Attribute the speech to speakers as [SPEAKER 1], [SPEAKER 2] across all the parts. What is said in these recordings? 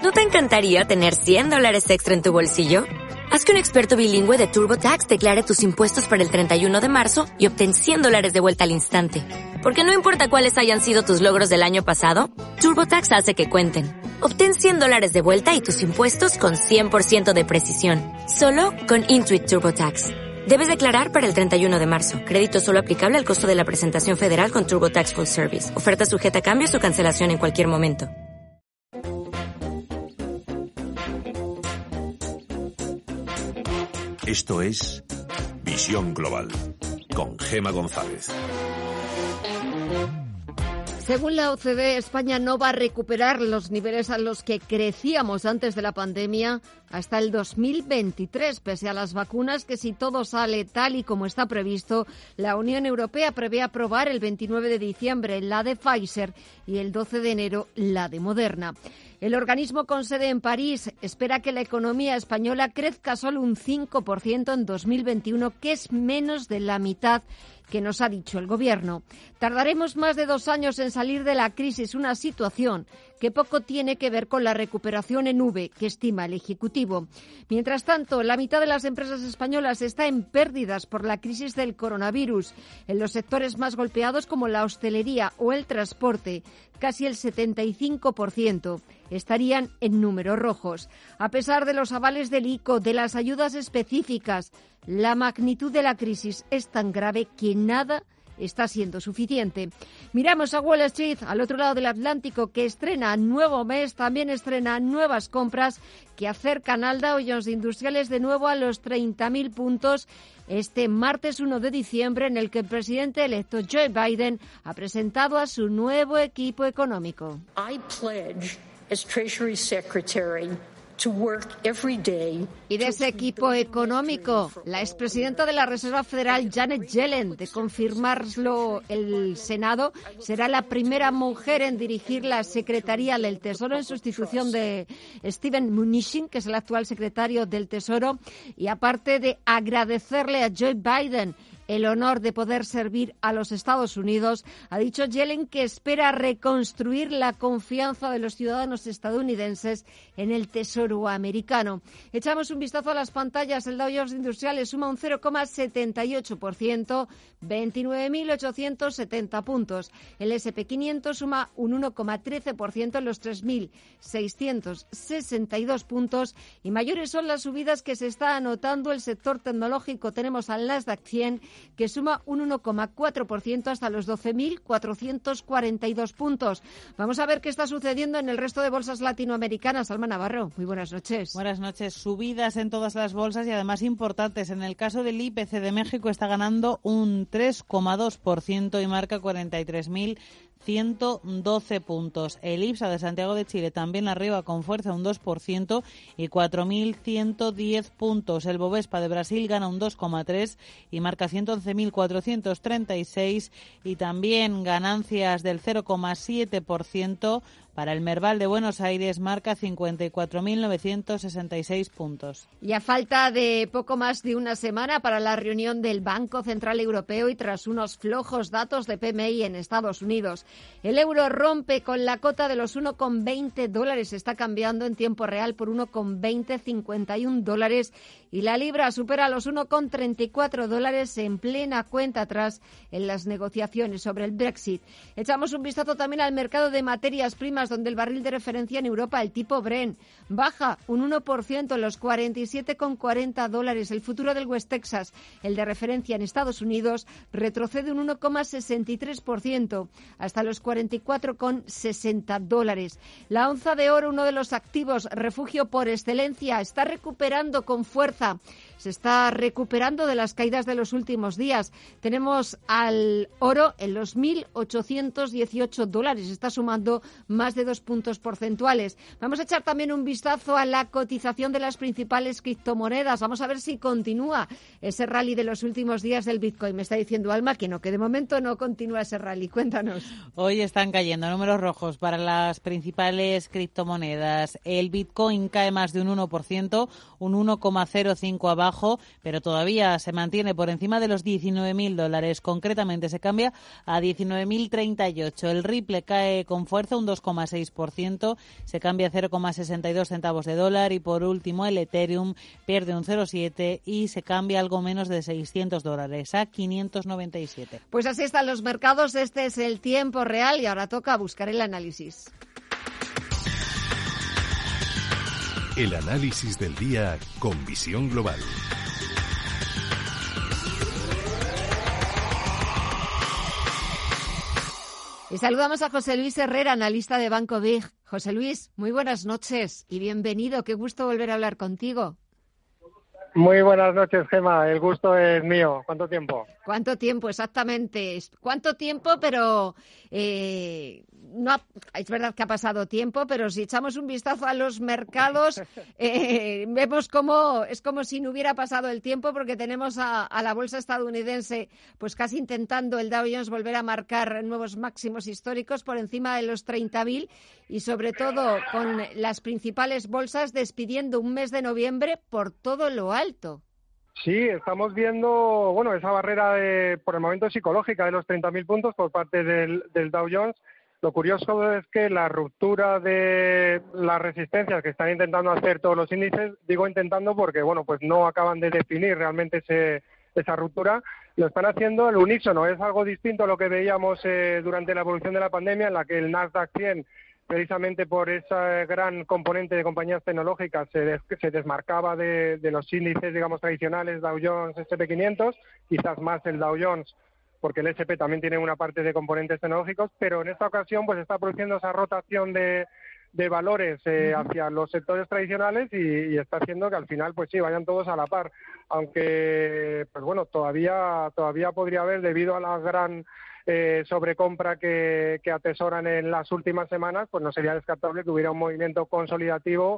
[SPEAKER 1] ¿No te encantaría tener $100 extra en tu bolsillo? Haz que un experto bilingüe de TurboTax declare tus impuestos para el 31 de marzo y obtén $100 de vuelta al instante. Porque no importa cuáles hayan sido tus logros del año pasado, TurboTax hace que cuenten. Obtén $100 de vuelta y tus impuestos con 100% de precisión. Solo con Intuit TurboTax. Debes declarar para el 31 de marzo. Crédito solo aplicable al costo de la presentación federal con TurboTax Full Service. Oferta sujeta a cambios o cancelación en cualquier momento.
[SPEAKER 2] Esto es Visión Global, con Gema González.
[SPEAKER 3] Según la OCDE, España no va a recuperar los niveles a los que crecíamos antes de la pandemia hasta el 2023, pese a las vacunas que, si todo sale tal y como está previsto, la Unión Europea prevé aprobar el 29 de diciembre la de Pfizer y el 12 de enero la de Moderna. El organismo con sede en París espera que la economía española crezca solo un 5% en 2021, que es menos de la mitad que nos ha dicho el Gobierno. Tardaremos más de 2 años en salir de la crisis, una situación que poco tiene que ver con la recuperación en V que estima el Ejecutivo. Mientras tanto, la mitad de las empresas españolas está en pérdidas por la crisis del coronavirus. En los sectores más golpeados, como la hostelería o el transporte, casi el 75% estarían en números rojos. A pesar de los avales del ICO, de las ayudas específicas, la magnitud de la crisis es tan grave que nada está siendo suficiente. Miramos a Wall Street, al otro lado del Atlántico, que estrena nuevo mes, también estrena nuevas compras que acercan al Dow Jones Industriales de nuevo a los 30.000 puntos este martes 1 de diciembre, en el que el presidente electo Joe Biden ha presentado a su nuevo equipo económico.
[SPEAKER 4] I pledge as Treasury Secretary to work every day.
[SPEAKER 3] Y de ese equipo económico, la expresidenta de la Reserva Federal, Janet Yellen, de confirmarlo el Senado, será la primera mujer en dirigir la Secretaría del Tesoro en sustitución de Steven Mnuchin, que es el actual secretario del Tesoro, y aparte de agradecerle a Joe Biden el honor de poder servir a los Estados Unidos, ha dicho Yellen que espera reconstruir la confianza de los ciudadanos estadounidenses en el Tesoro americano. Echamos un vistazo a las pantallas. El Dow Jones Industriales suma un 0,78%, 29.870 puntos. El S&P 500 suma un 1,13% en los 3.662 puntos. Y mayores son las subidas que se está anotando el sector tecnológico. Tenemos al Nasdaq 100, que suma un 1,4% hasta los 12.442 puntos. Vamos a ver qué está sucediendo en el resto de bolsas latinoamericanas. Alma Navarro, muy buenas noches.
[SPEAKER 5] Buenas noches. Subidas en todas las bolsas y además importantes. En el caso del IPC de México está ganando un 3,2% y marca 43.112 puntos. El IPSA de Santiago de Chile también arriba con fuerza, un 2% y 4.110 puntos. El Bovespa de Brasil gana un 2,3% y marca 111.436 y también ganancias del 0,7%. Para el Merval de Buenos Aires marca 54.966 puntos.
[SPEAKER 3] Y a falta de poco más de una semana para la reunión del Banco Central Europeo y tras unos flojos datos de PMI en Estados Unidos, el euro rompe con la cota de los $1,20. Se está cambiando en tiempo real por $1,2051 y la libra supera los $1,34 en plena cuenta atrás en las negociaciones sobre el Brexit. Echamos un vistazo también al mercado de materias primas, donde el barril de referencia en Europa, el tipo Brent, baja un 1% en los $47,40. El futuro del West Texas, el de referencia en Estados Unidos, retrocede un 1,63% hasta los $44,60. La onza de oro, uno de los activos refugio por excelencia, está recuperando con fuerza. Se está recuperando de las caídas de los últimos días. Tenemos al oro en los $1.818. Está sumando más de 2 puntos porcentuales. Vamos a echar también un vistazo a la cotización de las principales criptomonedas. Vamos a ver si continúa ese rally de los últimos días del Bitcoin. Me está diciendo Alma que no, que de momento no continúa ese rally. Cuéntanos.
[SPEAKER 5] Hoy están cayendo números rojos para las principales criptomonedas. El Bitcoin cae más de un 1%, un 1,05 abajo, pero todavía se mantiene por encima de los $19.000. Concretamente se cambia a 19.038. El Ripple cae con fuerza un 2,3%. 0,6%, se cambia 0,62 centavos de dólar y por último el Ethereum pierde un 0,7 y se cambia algo menos de $600 a 597.
[SPEAKER 3] Pues así están los mercados, este es el tiempo real y ahora toca buscar el análisis.
[SPEAKER 2] El análisis del día con visión global.
[SPEAKER 3] Y saludamos a José Luis Herrera, analista de Banco BIG. José Luis, muy buenas noches y bienvenido. Qué gusto volver a hablar contigo.
[SPEAKER 6] Muy buenas noches, Gema. El gusto es mío. ¿Cuánto tiempo?
[SPEAKER 3] ¿Cuánto tiempo? Exactamente. ¿Cuánto tiempo? Pero no es verdad que ha pasado tiempo, pero si echamos un vistazo a los mercados, vemos cómo es como si no hubiera pasado el tiempo, porque tenemos a la bolsa estadounidense pues casi intentando el Dow Jones volver a marcar nuevos máximos históricos por encima de los 30.000 y sobre todo con las principales bolsas despidiendo un mes de noviembre por todo lo alto.
[SPEAKER 6] Sí, estamos viendo, esa barrera por el momento psicológica de los 30.000 puntos por parte del Dow Jones. Lo curioso es que la ruptura de las resistencias que están intentando hacer todos los índices, digo intentando porque, pues no acaban de definir realmente esa ruptura, lo están haciendo al unísono. Es algo distinto a lo que veíamos durante la evolución de la pandemia, en la que el Nasdaq 100, precisamente por esa gran componente de compañías tecnológicas, se desmarcaba de los índices, digamos, tradicionales, Dow Jones, S&P 500, quizás más el Dow Jones, porque el S&P también tiene una parte de componentes tecnológicos, pero en esta ocasión pues está produciendo esa rotación de valores hacia los sectores tradicionales y está haciendo que al final pues sí vayan todos a la par, aunque pues todavía podría haber, debido a la gran sobrecompra que atesoran en las últimas semanas, pues no sería descartable que hubiera un movimiento consolidativo,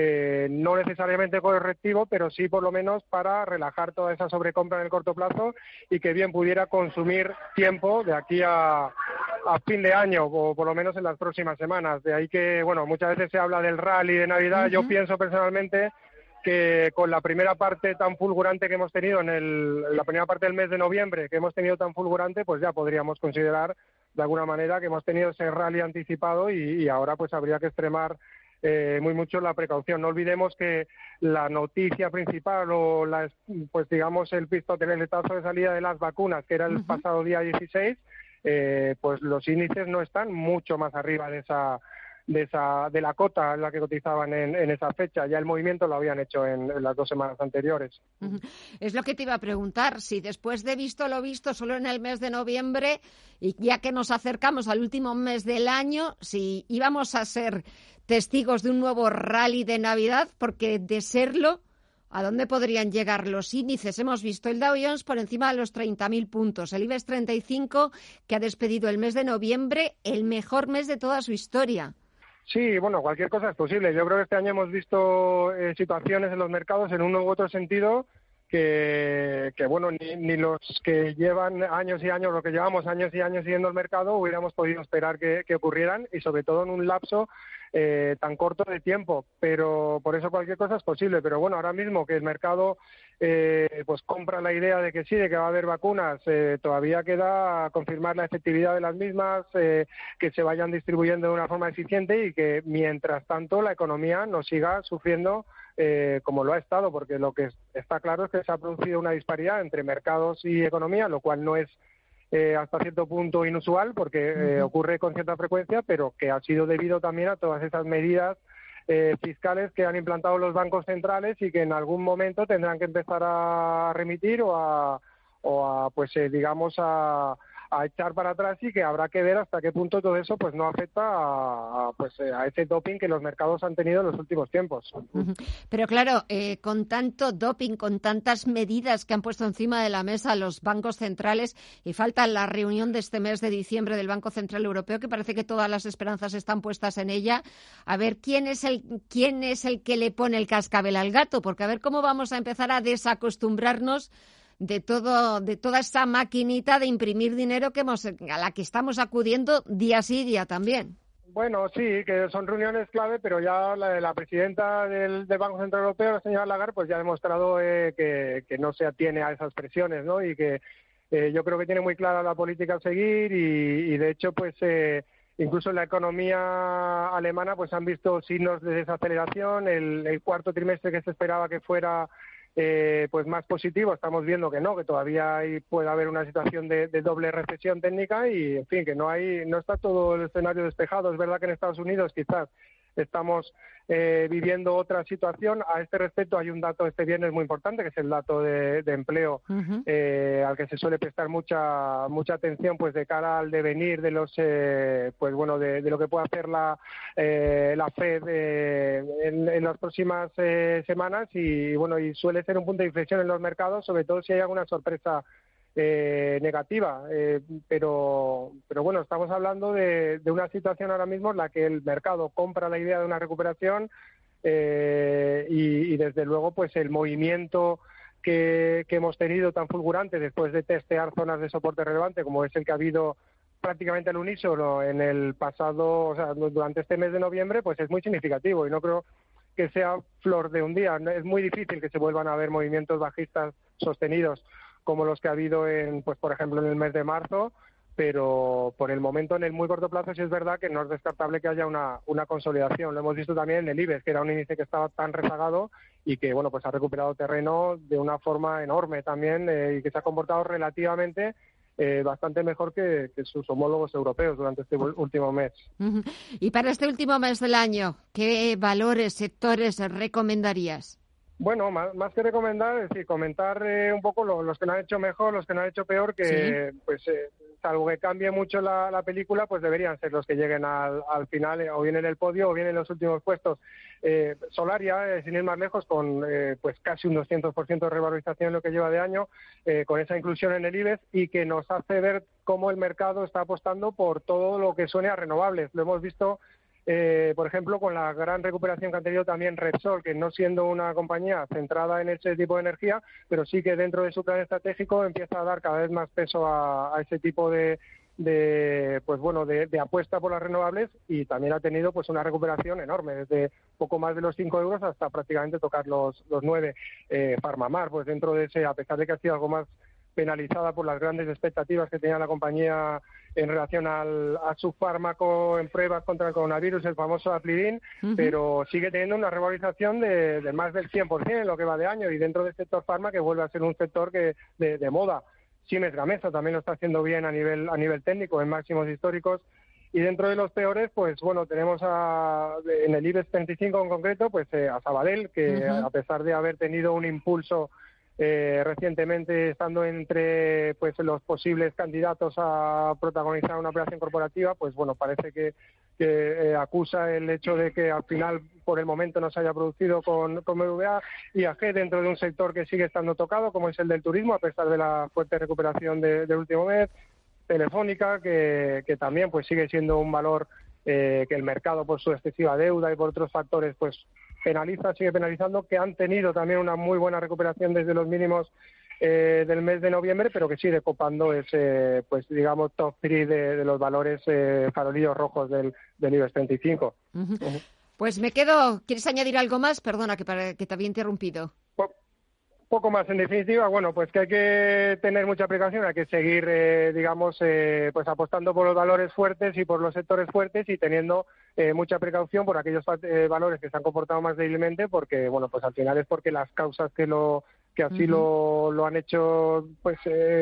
[SPEAKER 6] no necesariamente correctivo, pero sí por lo menos para relajar toda esa sobrecompra en el corto plazo y que bien pudiera consumir tiempo de aquí a fin de año o por lo menos en las próximas semanas. De ahí que, muchas veces se habla del rally de Navidad. Yo pienso personalmente que con la primera parte tan fulgurante que hemos tenido la primera parte del mes de noviembre, que hemos tenido tan fulgurante, pues ya podríamos considerar de alguna manera que hemos tenido ese rally anticipado y ahora pues habría que extremar muy mucho la precaución. No olvidemos que la noticia principal o el pistoletazo de salida de las vacunas, que era el pasado día 16, pues los índices no están mucho más arriba de la cota en la que cotizaban en esa fecha. Ya el movimiento lo habían hecho en las 2 semanas anteriores.
[SPEAKER 3] Es lo que te iba a preguntar, si después de visto lo visto solo en el mes de noviembre y ya que nos acercamos al último mes del año, si íbamos a ser testigos de un nuevo rally de Navidad, porque de serlo, ¿a dónde podrían llegar los índices? Hemos visto el Dow Jones por encima de los 30.000 puntos, el IBEX 35 que ha despedido el mes de noviembre, el mejor mes de toda su historia.
[SPEAKER 6] Sí, cualquier cosa es posible. Yo creo que este año hemos visto situaciones en los mercados en uno u otro sentido que ni los que llevan años y años, lo que llevamos años y años siguiendo el mercado, hubiéramos podido esperar que ocurrieran y sobre todo en un lapso tan corto de tiempo. Pero por eso cualquier cosa es posible. Pero ahora mismo que el mercado pues compra la idea de que sí, de que va a haber vacunas, todavía queda confirmar la efectividad de las mismas, que se vayan distribuyendo de una forma eficiente y que mientras tanto la economía no siga sufriendo como lo ha estado, porque lo que está claro es que se ha producido una disparidad entre mercados y economía, lo cual no es hasta cierto punto inusual, porque ocurre con cierta frecuencia, pero que ha sido debido también a todas esas medidas fiscales que han implantado los bancos centrales y que en algún momento tendrán que empezar a remitir o a echar para atrás, y que habrá que ver hasta qué punto todo eso pues no afecta a ese doping que los mercados han tenido en los últimos tiempos.
[SPEAKER 3] Pero claro, con tanto doping, con tantas medidas que han puesto encima de la mesa los bancos centrales, y falta la reunión de este mes de diciembre del Banco Central Europeo, que parece que todas las esperanzas están puestas en ella, a ver quién es el que le pone el cascabel al gato, porque a ver cómo vamos a empezar a desacostumbrarnos de toda esta maquinita de imprimir dinero a la que estamos acudiendo día sí día también.
[SPEAKER 6] Bueno, sí, que son reuniones clave, pero ya la presidenta del Banco Central Europeo, la señora Lagarde, pues ya ha demostrado que no se atiene a esas presiones, ¿no? Y que yo creo que tiene muy clara la política a seguir y de hecho, pues incluso en la economía alemana pues han visto signos de desaceleración. El cuarto trimestre que se esperaba que fuera pues más positivo, estamos viendo que no, que todavía puede haber una situación de doble recesión técnica y, en fin, que no está todo el escenario despejado. Es verdad que en Estados Unidos quizás estamos viviendo otra situación. A este respecto hay un dato este viernes muy importante, que es el dato de empleo, al que se suele prestar mucha atención pues de cara al devenir de los pues bueno de lo que puede hacer la Fed en las próximas semanas, y bueno, y suele ser un punto de inflexión en los mercados, sobre todo si hay alguna sorpresa negativa, pero bueno, estamos hablando de una situación ahora mismo en la que el mercado compra la idea de una recuperación y desde luego pues el movimiento que hemos tenido tan fulgurante después de testear zonas de soporte relevante como es el que ha habido prácticamente al unísono en el pasado, o sea, durante este mes de noviembre, pues es muy significativo y no creo que sea flor de un día. Es muy difícil que se vuelvan a ver movimientos bajistas sostenidos como los que ha habido pues por ejemplo en el mes de marzo, pero por el momento en el muy corto plazo sí es verdad que no es descartable que haya una consolidación. Lo hemos visto también en el IBEX, que era un índice que estaba tan rezagado y que bueno pues ha recuperado terreno de una forma enorme también y que se ha comportado relativamente bastante mejor que sus homólogos europeos durante este último mes.
[SPEAKER 3] Y para este último mes del año, ¿qué valores, sectores recomendarías?
[SPEAKER 6] Bueno, más que recomendar, es decir, comentar un poco los que no han hecho mejor, los que no han hecho peor, que ¿sí? Pues salvo que cambie mucho la película, pues deberían ser los que lleguen al final, o bien en el podio o bien en los últimos puestos. Solaria, sin ir más lejos, con pues casi un 200% de revalorización en lo que lleva de año, con esa inclusión en el IBEX, y que nos hace ver cómo el mercado está apostando por todo lo que suene a renovables. Lo hemos visto por ejemplo, con la gran recuperación que han tenido también Repsol, que no siendo una compañía centrada en ese tipo de energía, pero sí que dentro de su plan estratégico empieza a dar cada vez más peso a ese tipo de apuesta por las renovables, y también ha tenido pues una recuperación enorme, desde poco más de los 5 euros hasta prácticamente tocar los 9. Farmamar, pues dentro de ese, a pesar de que ha sido algo más penalizada por las grandes expectativas que tenía la compañía en relación a su fármaco en pruebas contra el coronavirus, el famoso Aplidin, pero sigue teniendo una revalorización de más del 100% en lo que va de año, y dentro del sector farma, que vuelve a ser un sector que de moda. Siemens Gamesa también lo está haciendo bien a nivel técnico, en máximos históricos. Y dentro de los peores, pues bueno, tenemos en el IBEX 35 en concreto, pues a Sabadell, que a pesar de haber tenido un impulso recientemente, estando entre pues los posibles candidatos a protagonizar una operación corporativa, pues bueno, parece que acusa el hecho de que al final por el momento no se haya producido con BBVA. IAG, dentro de un sector que sigue estando tocado, como es el del turismo, a pesar de la fuerte recuperación del último mes. Telefónica, que también pues sigue siendo un valor que el mercado, por su excesiva deuda y por otros factores, pues sigue penalizando, que han tenido también una muy buena recuperación desde los mínimos del mes de noviembre, pero que sigue copando ese, pues digamos, top 3 de los valores farolillos rojos del IBEX 35.
[SPEAKER 3] Pues me quedo. ¿Quieres añadir algo más? Perdona que te había interrumpido.
[SPEAKER 6] Poco más, en definitiva, bueno, pues que hay que tener mucha precaución, hay que seguir, pues apostando por los valores fuertes y por los sectores fuertes, y teniendo mucha precaución por aquellos valores que se han comportado más débilmente, porque, bueno, pues al final es porque las causas que así lo han hecho, pues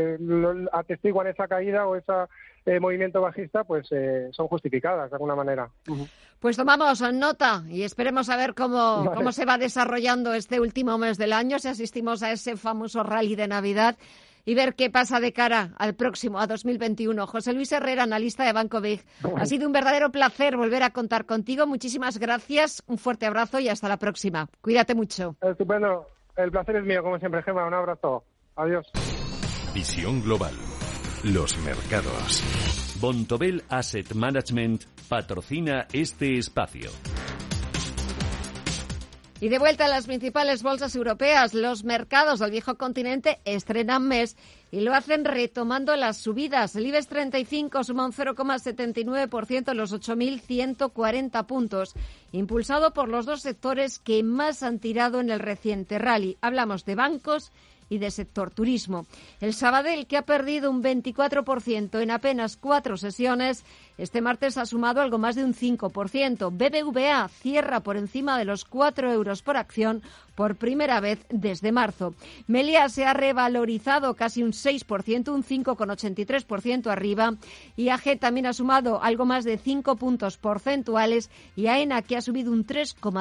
[SPEAKER 6] atestiguan esa caída o ese movimiento bajista, pues son justificadas de alguna manera.
[SPEAKER 3] Pues tomamos nota y esperemos a ver cómo se va desarrollando este último mes del año, si asistimos a ese famoso rally de Navidad, y ver qué pasa de cara al próximo, a 2021. José Luis Herrera, analista de Banco BIG. Ha sido un verdadero placer volver a contar contigo. Muchísimas gracias, un fuerte abrazo y hasta la próxima. Cuídate mucho.
[SPEAKER 6] Estupendo. El placer es mío, como siempre, Gemma. Un abrazo. Adiós.
[SPEAKER 2] Visión global. Los mercados.
[SPEAKER 7] Bontobel Asset Management patrocina este espacio.
[SPEAKER 3] Y de vuelta a las principales bolsas europeas, los mercados del viejo continente estrenan mes y lo hacen retomando las subidas. El IBEX 35 suma un 0,79% en los 8.140 puntos, impulsado por los dos sectores que más han tirado en el reciente rally. Hablamos de bancos y de sector turismo. El Sabadell, que ha perdido un 24% en apenas 4 sesiones, Este martes ha sumado algo más de un 5%. BBVA cierra por encima de los 4 euros por acción por primera vez desde marzo. Meliá se ha revalorizado casi un 6%, un 5,83% arriba. IAG también ha sumado algo más de 5 puntos porcentuales y AENA, que ha subido un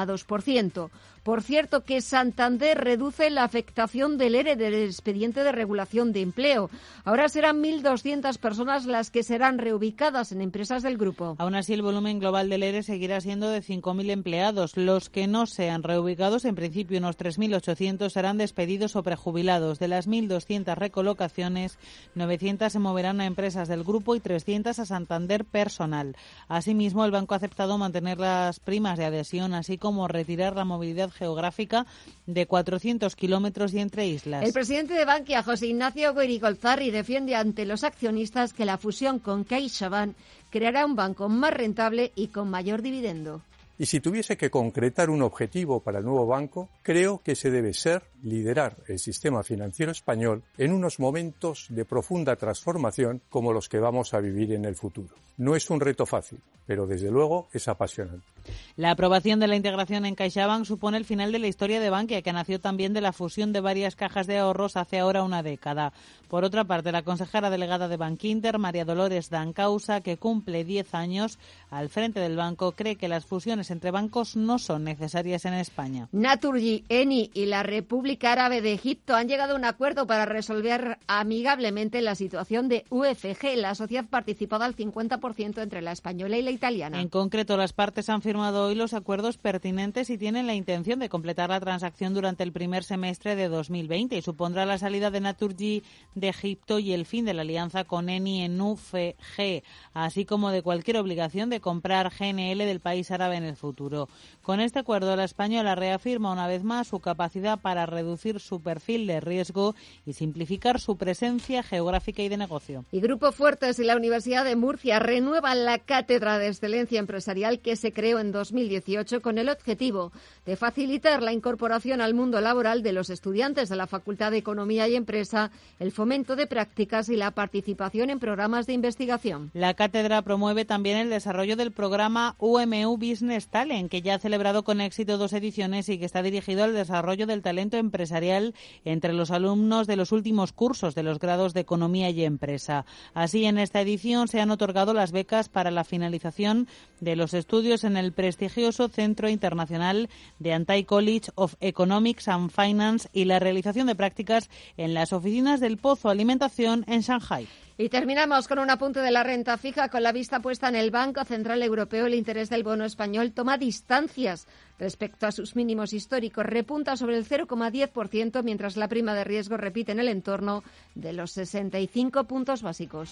[SPEAKER 3] 3,2%. Por cierto, que Santander reduce la afectación del ERE, del expediente de regulación de empleo. Ahora serán 1.200 personas las que serán reubicadas en empresas del grupo.
[SPEAKER 5] Aún así, el volumen global del ERE seguirá siendo de 5.000 empleados. Los que no sean reubicados, en principio unos 3.800, serán despedidos o prejubilados. De las 1.200 recolocaciones, 900 se moverán a empresas del grupo y 300 a Santander Personal. Asimismo, el banco ha aceptado mantener las primas de adhesión, así como retirar la movilidad geográfica de 400 kilómetros y entre islas.
[SPEAKER 3] El presidente de Bankia, José Ignacio Goirigolzarri, defiende ante los accionistas que la fusión con CaixaBank creará un banco más rentable y con mayor dividendo.
[SPEAKER 8] Y si tuviese que concretar un objetivo para el nuevo banco, creo que ese debe ser liderar el sistema financiero español en unos momentos de profunda transformación como los que vamos a vivir en el futuro. No es un reto fácil, pero desde luego es apasionante.
[SPEAKER 5] La aprobación de la integración en CaixaBank supone el final de la historia de Bankia, que nació también de la fusión de varias cajas de ahorros hace ahora una década. Por otra parte, la consejera delegada de Bankinter, María Dolores Dancausa, que cumple 10 años al frente del banco, cree que las fusiones entre bancos no son necesarias en España.
[SPEAKER 3] Naturgy, Eni y la República Árabe de Egipto han llegado a un acuerdo para resolver amigablemente la situación de UFG, la sociedad participada al 50% entre la española y la italiana.
[SPEAKER 5] En concreto, las partes han firmado hoy los acuerdos pertinentes y tienen la intención de completar la transacción durante el primer semestre de 2020 y supondrá la salida de Naturgy de Egipto y el fin de la alianza con Eni en UFG, así como de cualquier obligación de comprar GNL del país árabe en el futuro. Con este acuerdo, la española reafirma una vez más su capacidad para reducir su perfil de riesgo y simplificar su presencia geográfica y de negocio.
[SPEAKER 3] Y Grupo Fuertes y la Universidad de Murcia renuevan la Cátedra de Excelencia Empresarial que se creó en 2018 con el objetivo de facilitar la incorporación al mundo laboral de los estudiantes de la Facultad de Economía y Empresa, el fomento de prácticas y la participación en programas de investigación.
[SPEAKER 5] La cátedra promueve también el desarrollo del programa UMU Business Talent, que ya ha celebrado con éxito 2 ediciones y que está dirigido al desarrollo del talento empresarial entre los alumnos de los últimos cursos de los grados de Economía y Empresa. Así, en esta edición se han otorgado las becas para la finalización de los estudios en el prestigioso Centro Internacional de Antai College of Economics and Finance y la realización de prácticas en las oficinas del Pozo Alimentación en Shanghái.
[SPEAKER 3] Y terminamos con un apunte de la renta fija. Con la vista puesta en el Banco Central Europeo, el interés del bono español toma distancias respecto a sus mínimos históricos. Repunta sobre el 0,10%, mientras la prima de riesgo repite en el entorno de los 65 puntos básicos.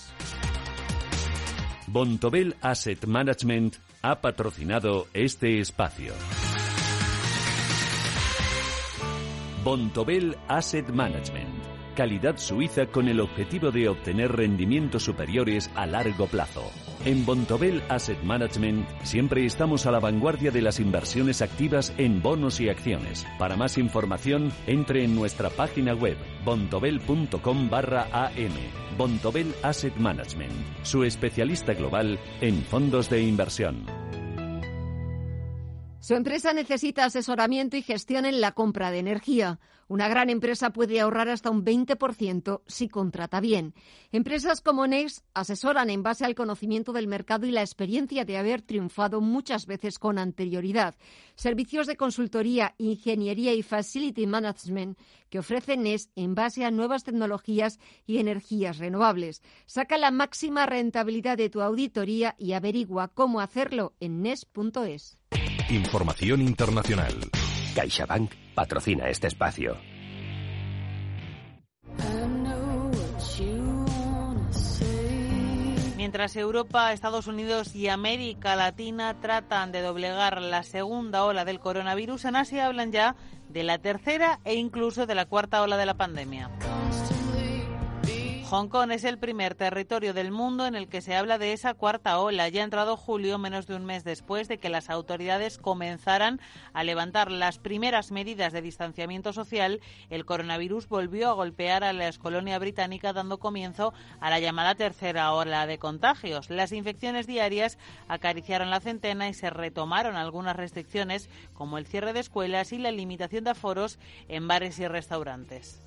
[SPEAKER 7] Bontobel Asset Management ha patrocinado este espacio. Bontobel Asset Management. Calidad suiza con el objetivo de obtener rendimientos superiores a largo plazo. En Bontobel Asset Management siempre estamos a la vanguardia de las inversiones activas en bonos y acciones. Para más información, entre en nuestra página web bontobel.com/am. Bontobel Asset Management, su especialista global en fondos de inversión.
[SPEAKER 3] Su empresa necesita asesoramiento y gestión en la compra de energía. Una gran empresa puede ahorrar hasta un 20% si contrata bien. Empresas como Next asesoran en base al conocimiento del mercado y la experiencia de haber triunfado muchas veces con anterioridad. Servicios de consultoría, ingeniería y facility management que ofrece Next en base a nuevas tecnologías y energías renovables. Saca la máxima rentabilidad de tu auditoría y averigua cómo hacerlo en next.es.
[SPEAKER 2] Información internacional.
[SPEAKER 9] CaixaBank patrocina este espacio.
[SPEAKER 5] Mientras Europa, Estados Unidos y América Latina tratan de doblegar la segunda ola del coronavirus, en Asia hablan ya de la tercera e incluso de la cuarta ola de la pandemia. Hong Kong es el primer territorio del mundo en el que se habla de esa cuarta ola. Ya ha entrado julio, menos de un mes después de que las autoridades comenzaran a levantar las primeras medidas de distanciamiento social. El coronavirus volvió a golpear a la excolonia británica, dando comienzo a la llamada tercera ola de contagios. Las infecciones diarias acariciaron la centena y se retomaron algunas restricciones, como el cierre de escuelas y la limitación de aforos en bares y restaurantes.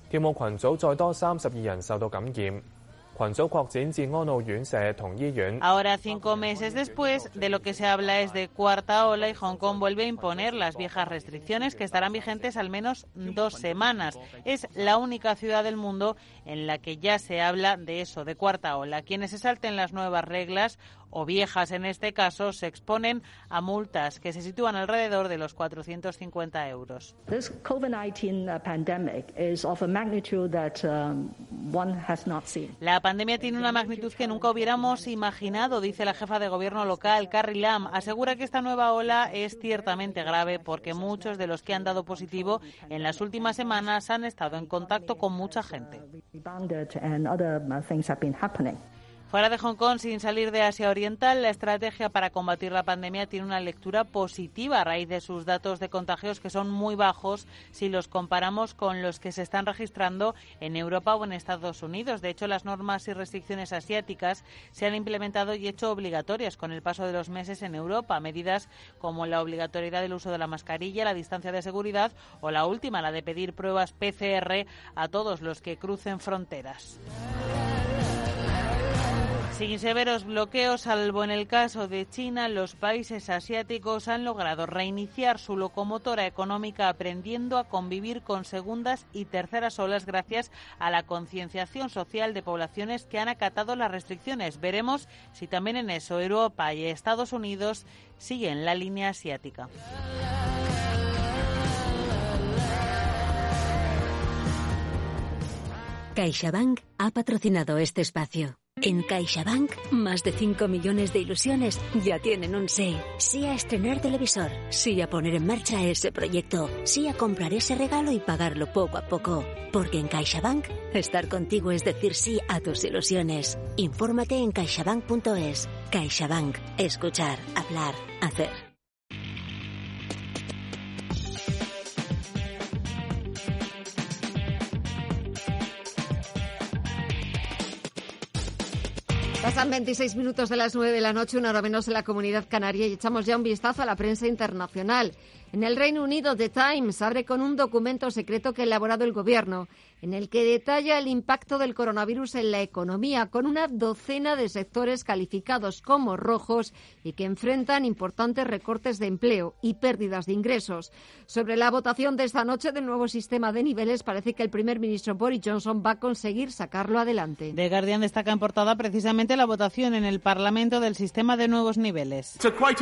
[SPEAKER 5] Ahora, 5 meses después, de lo que se habla es de cuarta ola y Hong Kong vuelve a imponer las viejas restricciones que estarán vigentes al menos 2 semanas. Es la única ciudad del mundo en la que ya se habla de eso, de cuarta ola. Quienes se salten las nuevas reglas, o viejas en este caso, se exponen a multas que se sitúan alrededor de los 450 euros. La pandemia tiene una magnitud que nunca hubiéramos imaginado, dice la jefa de gobierno local, Carrie Lam. Asegura que esta nueva ola es ciertamente grave porque muchos de los que han dado positivo en las últimas semanas han estado en contacto con mucha gente. Fuera de Hong Kong, sin salir de Asia Oriental, la estrategia para combatir la pandemia tiene una lectura positiva a raíz de sus datos de contagios, que son muy bajos si los comparamos con los que se están registrando en Europa o en Estados Unidos. De hecho, las normas y restricciones asiáticas se han implementado y hecho obligatorias con el paso de los meses en Europa. Medidas como la obligatoriedad del uso de la mascarilla, la distancia de seguridad o la última, la de pedir pruebas PCR a todos los que crucen fronteras. Sin severos bloqueos, salvo en el caso de China, los países asiáticos han logrado reiniciar su locomotora económica aprendiendo a convivir con segundas y terceras olas gracias a la concienciación social de poblaciones que han acatado las restricciones. Veremos si también en eso Europa y Estados Unidos siguen la línea asiática.
[SPEAKER 10] CaixaBank ha patrocinado este espacio. En CaixaBank, más de 5 millones de ilusiones ya tienen un sí. Sí a estrenar televisor, sí a poner en marcha ese proyecto, sí a comprar ese regalo y pagarlo poco a poco. Porque en CaixaBank, estar contigo es decir sí a tus ilusiones. Infórmate en caixabank.es. CaixaBank. Escuchar, hablar, hacer.
[SPEAKER 3] Pasan 26 minutos de las 9 de la noche, una hora menos en la Comunidad Canaria, y echamos ya un vistazo a la prensa internacional. En el Reino Unido, The Times abre con un documento secreto que ha elaborado el Gobierno, en el que detalla el impacto del coronavirus en la economía, con una docena de sectores calificados como rojos y que enfrentan importantes recortes de empleo y pérdidas de ingresos. Sobre la votación de esta noche del nuevo sistema de niveles, parece que el primer ministro Boris Johnson va a conseguir sacarlo adelante.
[SPEAKER 5] The Guardian destaca en portada precisamente la votación en el Parlamento del sistema de nuevos niveles.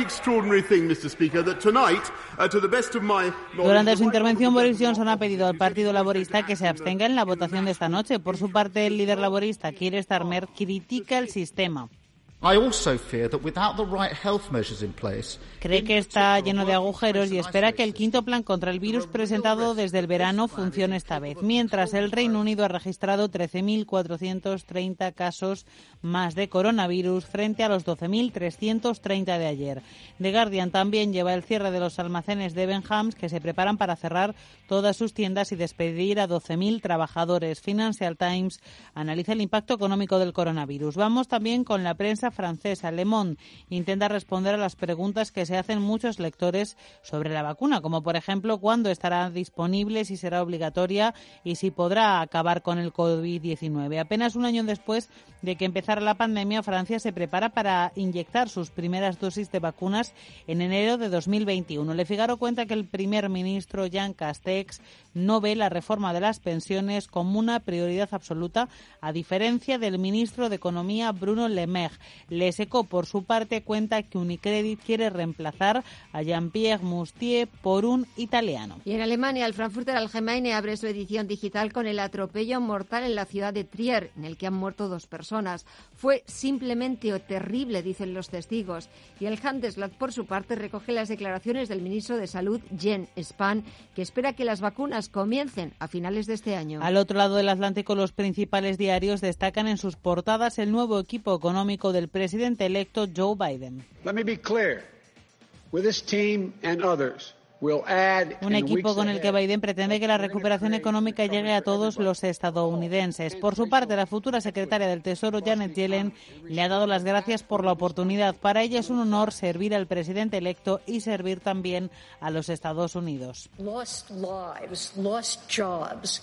[SPEAKER 5] Durante su intervención, Boris Johnson ha pedido al Partido Laborista que se abstenga en la votación de esta noche. Por su parte, el líder laborista, Keir Starmer, critica el sistema. Cree que está lleno de agujeros y espera que el quinto plan contra el virus presentado desde el verano funcione esta vez. Mientras, el Reino Unido ha registrado 13.430 casos más de coronavirus frente a los 12.330 de ayer. The Guardian también lleva el cierre de los almacenes de Debenhams, que se preparan para cerrar todas sus tiendas y despedir a 12.000 trabajadores. Financial Times analiza el impacto económico del coronavirus. Vamos también con la prensa francesa. Le Monde intenta responder a las preguntas que se hacen muchos lectores sobre la vacuna, como por ejemplo cuándo estará disponible, si será obligatoria y si podrá acabar con el COVID-19. Apenas un año después de que empezara la pandemia, Francia se prepara para inyectar sus primeras dosis de vacunas en enero de 2021. Le Figaro cuenta que el primer ministro Jean Castex no ve la reforma de las pensiones como una prioridad absoluta, a diferencia del ministro de Economía Bruno Le Maire. Les Eco, por su parte, cuenta que Unicredit quiere reemplazar a Jean-Pierre Mustier por un italiano.
[SPEAKER 3] Y en Alemania, el Frankfurter Allgemeine abre su edición digital con el atropello mortal en la ciudad de Trier, en el que han muerto 2 personas. Fue simplemente terrible, dicen los testigos. Y el Handelsblatt, por su parte, recoge las declaraciones del ministro de Salud, Jens Spahn, que espera que las vacunas comiencen a finales de este año.
[SPEAKER 5] Al otro lado del Atlántico, los principales diarios destacan en sus portadas el nuevo equipo económico del presidente electo Joe Biden.
[SPEAKER 11] Let me be clear. With this team and others,
[SPEAKER 5] un equipo con el que Biden pretende que la recuperación económica llegue a todos los estadounidenses. Por su parte, la futura secretaria del Tesoro, Janet Yellen, le ha dado las gracias por la oportunidad. Para ella es un honor servir al presidente electo y servir también a los Estados Unidos.
[SPEAKER 4] Lost lives, lost jobs.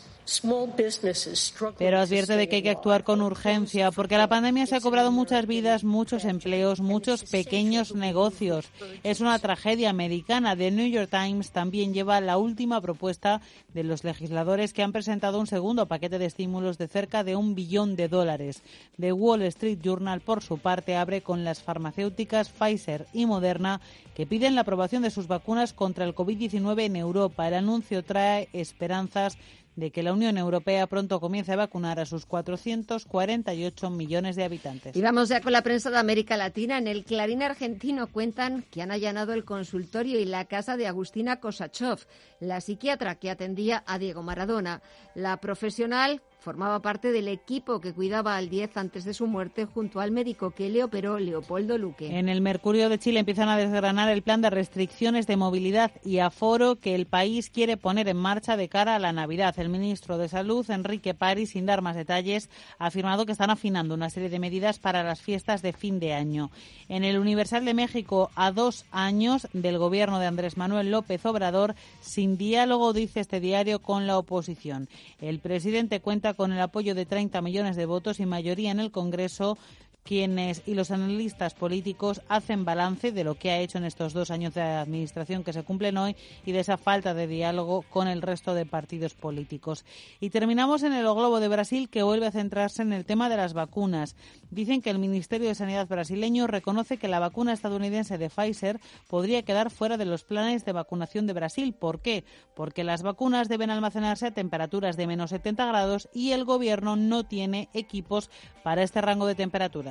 [SPEAKER 5] Pero advierte de que hay que actuar con urgencia porque la pandemia se ha cobrado muchas vidas, muchos empleos, muchos pequeños negocios. Es una tragedia americana. The New York Times también lleva la última propuesta de los legisladores que han presentado un segundo paquete de estímulos de cerca de $1 billón. The Wall Street Journal, por su parte, abre con las farmacéuticas Pfizer y Moderna que piden la aprobación de sus vacunas contra el COVID-19 en Europa. El anuncio trae esperanzas de que la Unión Europea pronto comience a vacunar a sus 448 millones de habitantes.
[SPEAKER 3] Y vamos ya con la prensa de América Latina. En el Clarín argentino cuentan que han allanado el consultorio y la casa de Agustina Kosachov, la psiquiatra que atendía a Diego Maradona. La profesional formaba parte del equipo que cuidaba al 10 antes de su muerte junto al médico que le operó, Leopoldo Luque.
[SPEAKER 5] En el Mercurio de Chile empiezan a desgranar el plan de restricciones de movilidad y aforo que el país quiere poner en marcha de cara a la Navidad. El ministro de Salud, Enrique París, sin dar más detalles, ha afirmado que están afinando una serie de medidas para las fiestas de fin de año. En el Universal de México, a 2 años del gobierno de Andrés Manuel López Obrador, sin diálogo, dice este diario, con la oposición. El presidente cuenta con el apoyo de 30 millones de votos y mayoría en el Congreso. Quienes y los analistas políticos hacen balance de lo que ha hecho en estos 2 años de administración que se cumplen hoy y de esa falta de diálogo con el resto de partidos políticos. Y terminamos en el O Globo de Brasil, que vuelve a centrarse en el tema de las vacunas. Dicen que el Ministerio de Sanidad brasileño reconoce que la vacuna estadounidense de Pfizer podría quedar fuera de los planes de vacunación de Brasil. ¿Por qué? Porque las vacunas deben almacenarse a temperaturas de menos 70 grados y el gobierno no tiene equipos para este rango de temperatura.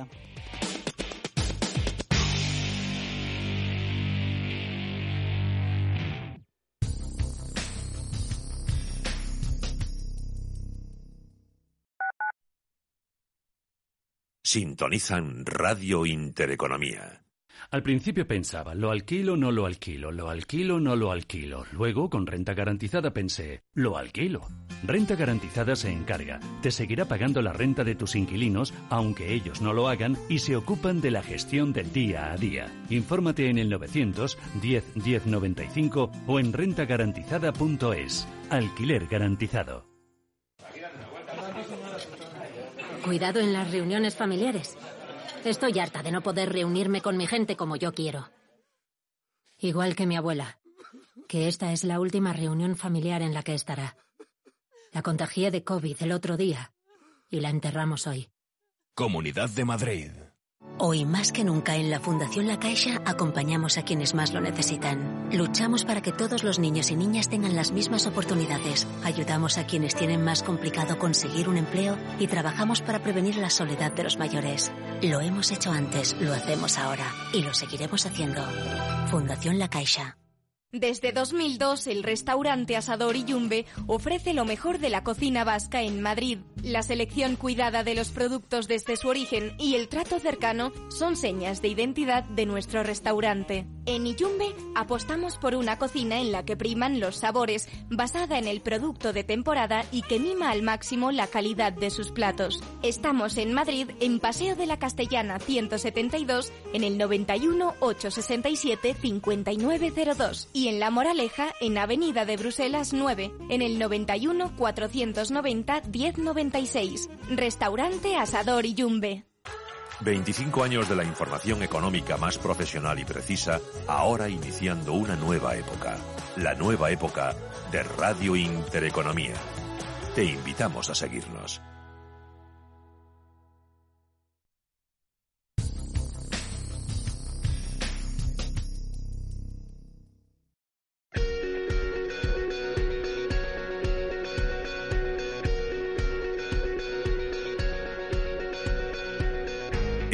[SPEAKER 2] Sintonizan Radio Intereconomía.
[SPEAKER 7] Al principio pensaba, lo alquilo, no lo alquilo, lo alquilo, no lo alquilo. Luego, con renta garantizada pensé, lo alquilo. Renta garantizada se encarga, te seguirá pagando la renta de tus inquilinos, aunque ellos no lo hagan, y se ocupan de la gestión del día a día. Infórmate en el 900 10 10 95 o en rentagarantizada.es. Alquiler garantizado.
[SPEAKER 10] Cuidado en las reuniones familiares. Estoy harta de no poder reunirme con mi gente como yo quiero. Igual que mi abuela, que esta es la última reunión familiar en la que estará. La contagié de COVID el otro día y la enterramos hoy.
[SPEAKER 2] Comunidad de Madrid.
[SPEAKER 10] Hoy más que nunca en la Fundación La Caixa acompañamos a quienes más lo necesitan. Luchamos para que todos los niños y niñas tengan las mismas oportunidades. Ayudamos a quienes tienen más complicado conseguir un empleo y trabajamos para prevenir la soledad de los mayores. Lo hemos hecho antes, lo hacemos ahora y lo seguiremos haciendo. Fundación La Caixa.
[SPEAKER 12] Desde 2002, el restaurante Asador y Yumbe ofrece lo mejor de la cocina vasca en Madrid. La selección cuidada de los productos desde su origen y el trato cercano son señas de identidad de nuestro restaurante. En Yumbe apostamos por una cocina en la que priman los sabores, basada en el producto de temporada y que mima al máximo la calidad de sus platos. Estamos en Madrid, en Paseo de la Castellana 172, en el 91 867 5902 y en La Moraleja, en Avenida de Bruselas 9, en el 91 490 1096. Restaurante Asador y Yumbe.
[SPEAKER 2] 25 años de la información económica más profesional y precisa, ahora iniciando una nueva época. La nueva época de Radio Intereconomía. Te invitamos a seguirnos.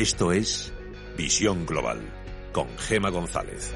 [SPEAKER 2] Esto es Visión Global, con Gema González.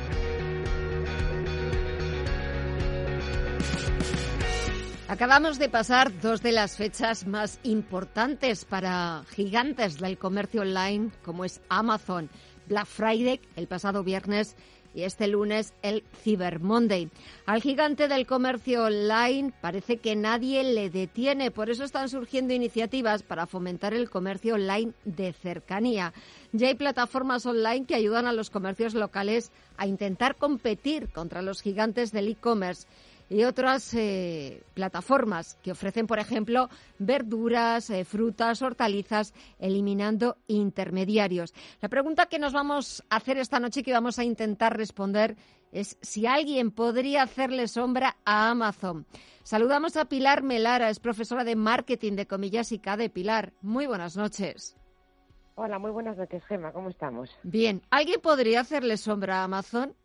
[SPEAKER 3] Acabamos de pasar dos de las fechas más importantes para gigantes del comercio online, como es Amazon. Black Friday, el pasado viernes, y este lunes el Cyber Monday. Al gigante del comercio online parece que nadie le detiene, por eso están surgiendo iniciativas para fomentar el comercio online de cercanía. Ya hay plataformas online que ayudan a los comercios locales a intentar competir contra los gigantes del e-commerce. Y otras plataformas que ofrecen, por ejemplo, verduras, frutas, hortalizas, eliminando intermediarios. La pregunta que nos vamos a hacer esta noche y que vamos a intentar responder es si alguien podría hacerle sombra a Amazon. Saludamos a Pilar Melara, es profesora de marketing de Comillas y CADE. Pilar, muy buenas noches.
[SPEAKER 13] Hola, muy buenas noches, Gema, ¿cómo estamos?
[SPEAKER 3] Bien, ¿alguien podría hacerle sombra a Amazon?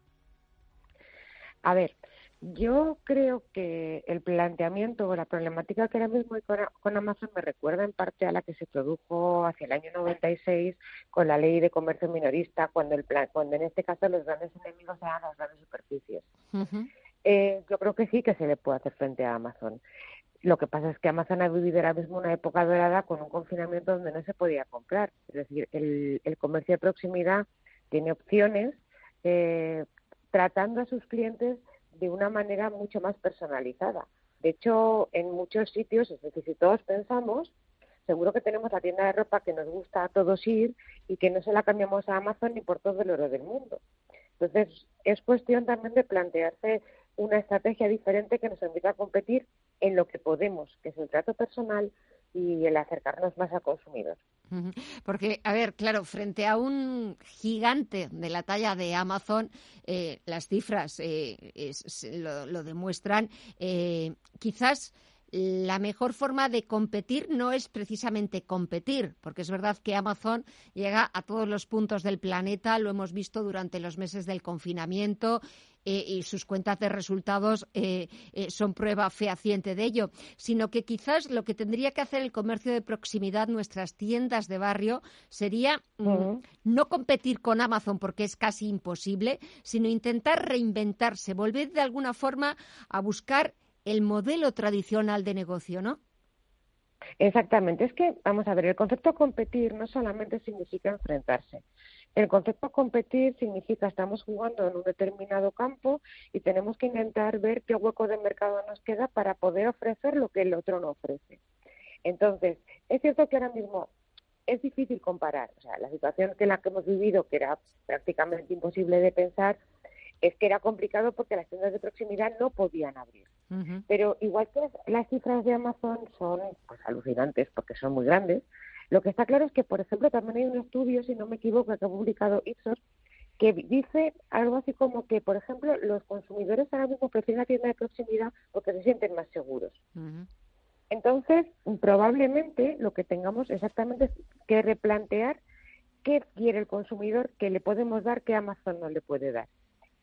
[SPEAKER 13] A ver, yo creo que el planteamiento o la problemática que ahora mismo hay con Amazon me recuerda en parte a la que se produjo hacia el año 96 con la ley de comercio minorista, cuando en este caso los grandes enemigos eran las grandes superficies. Uh-huh. Yo creo que sí que se le puede hacer frente a Amazon. Lo que pasa es que Amazon ha vivido ahora mismo una época dorada con un confinamiento donde no se podía comprar. Es decir, el comercio de proximidad tiene opciones tratando a sus clientes de una manera mucho más personalizada. De hecho, en muchos sitios, es decir, si todos pensamos, seguro que tenemos la tienda de ropa que nos gusta a todos ir y que no se la cambiamos a Amazon ni por todo el oro del mundo. Entonces, es cuestión también de plantearse una estrategia diferente que nos invita a competir en lo que podemos, que es el trato personal y el acercarnos más al consumidor.
[SPEAKER 3] Porque, a ver, claro, frente a un gigante de la talla de Amazon, las cifras lo demuestran, quizás la mejor forma de competir no es precisamente competir, porque es verdad que Amazon llega a todos los puntos del planeta, lo hemos visto durante los meses del confinamiento, y sus cuentas de resultados son prueba fehaciente de ello, sino que quizás lo que tendría que hacer el comercio de proximidad, nuestras tiendas de barrio, sería no competir con Amazon porque es casi imposible, sino intentar reinventarse, volver de alguna forma a buscar el modelo tradicional de negocio, ¿no?
[SPEAKER 13] Exactamente. Es que, vamos a ver, el concepto competir no solamente significa enfrentarse. El concepto competir significa estamos jugando en un determinado campo y tenemos que intentar ver qué hueco de mercado nos queda para poder ofrecer lo que el otro no ofrece. Entonces, es cierto que ahora mismo es difícil comparar. O sea, la situación en la que hemos vivido, que era prácticamente imposible de pensar, es que era complicado porque las tiendas de proximidad no podían abrir. Uh-huh. Pero igual que las cifras de Amazon son pues alucinantes porque son muy grandes, lo que está claro es que, por ejemplo, también hay un estudio, si no me equivoco, que ha publicado Ipsos, que dice algo así como que, por ejemplo, los consumidores ahora mismo prefieren la tienda de proximidad porque se sienten más seguros. Uh-huh. Entonces, probablemente lo que tengamos exactamente es que replantear qué quiere el consumidor, que le podemos dar, que Amazon no le puede dar.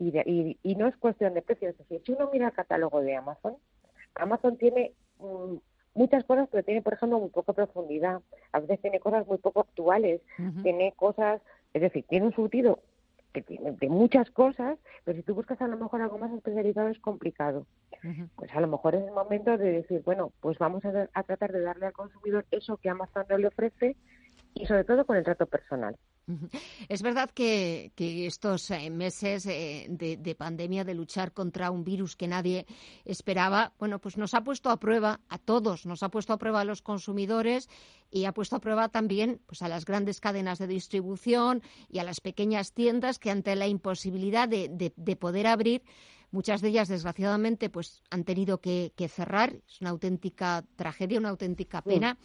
[SPEAKER 13] Y no es cuestión de precios. Es decir, si uno mira el catálogo de Amazon, Amazon tiene muchas cosas, pero tiene, por ejemplo, muy poca profundidad. A veces tiene cosas muy poco actuales. Uh-huh. Tiene cosas, es decir, tiene un surtido que tiene de muchas cosas, pero si tú buscas a lo mejor algo más especializado es complicado. Uh-huh. Pues a lo mejor es el momento de decir, bueno, pues vamos a tratar de darle al consumidor eso que Amazon no le ofrece y sobre todo con el trato personal.
[SPEAKER 3] Es verdad que estos meses de pandemia, de luchar contra un virus que nadie esperaba, bueno, pues nos ha puesto a prueba a todos, nos ha puesto a prueba a los consumidores y ha puesto a prueba también pues a las grandes cadenas de distribución y a las pequeñas tiendas que ante la imposibilidad de poder abrir, muchas de ellas, desgraciadamente, pues han tenido que cerrar. Es una auténtica tragedia, una auténtica pena.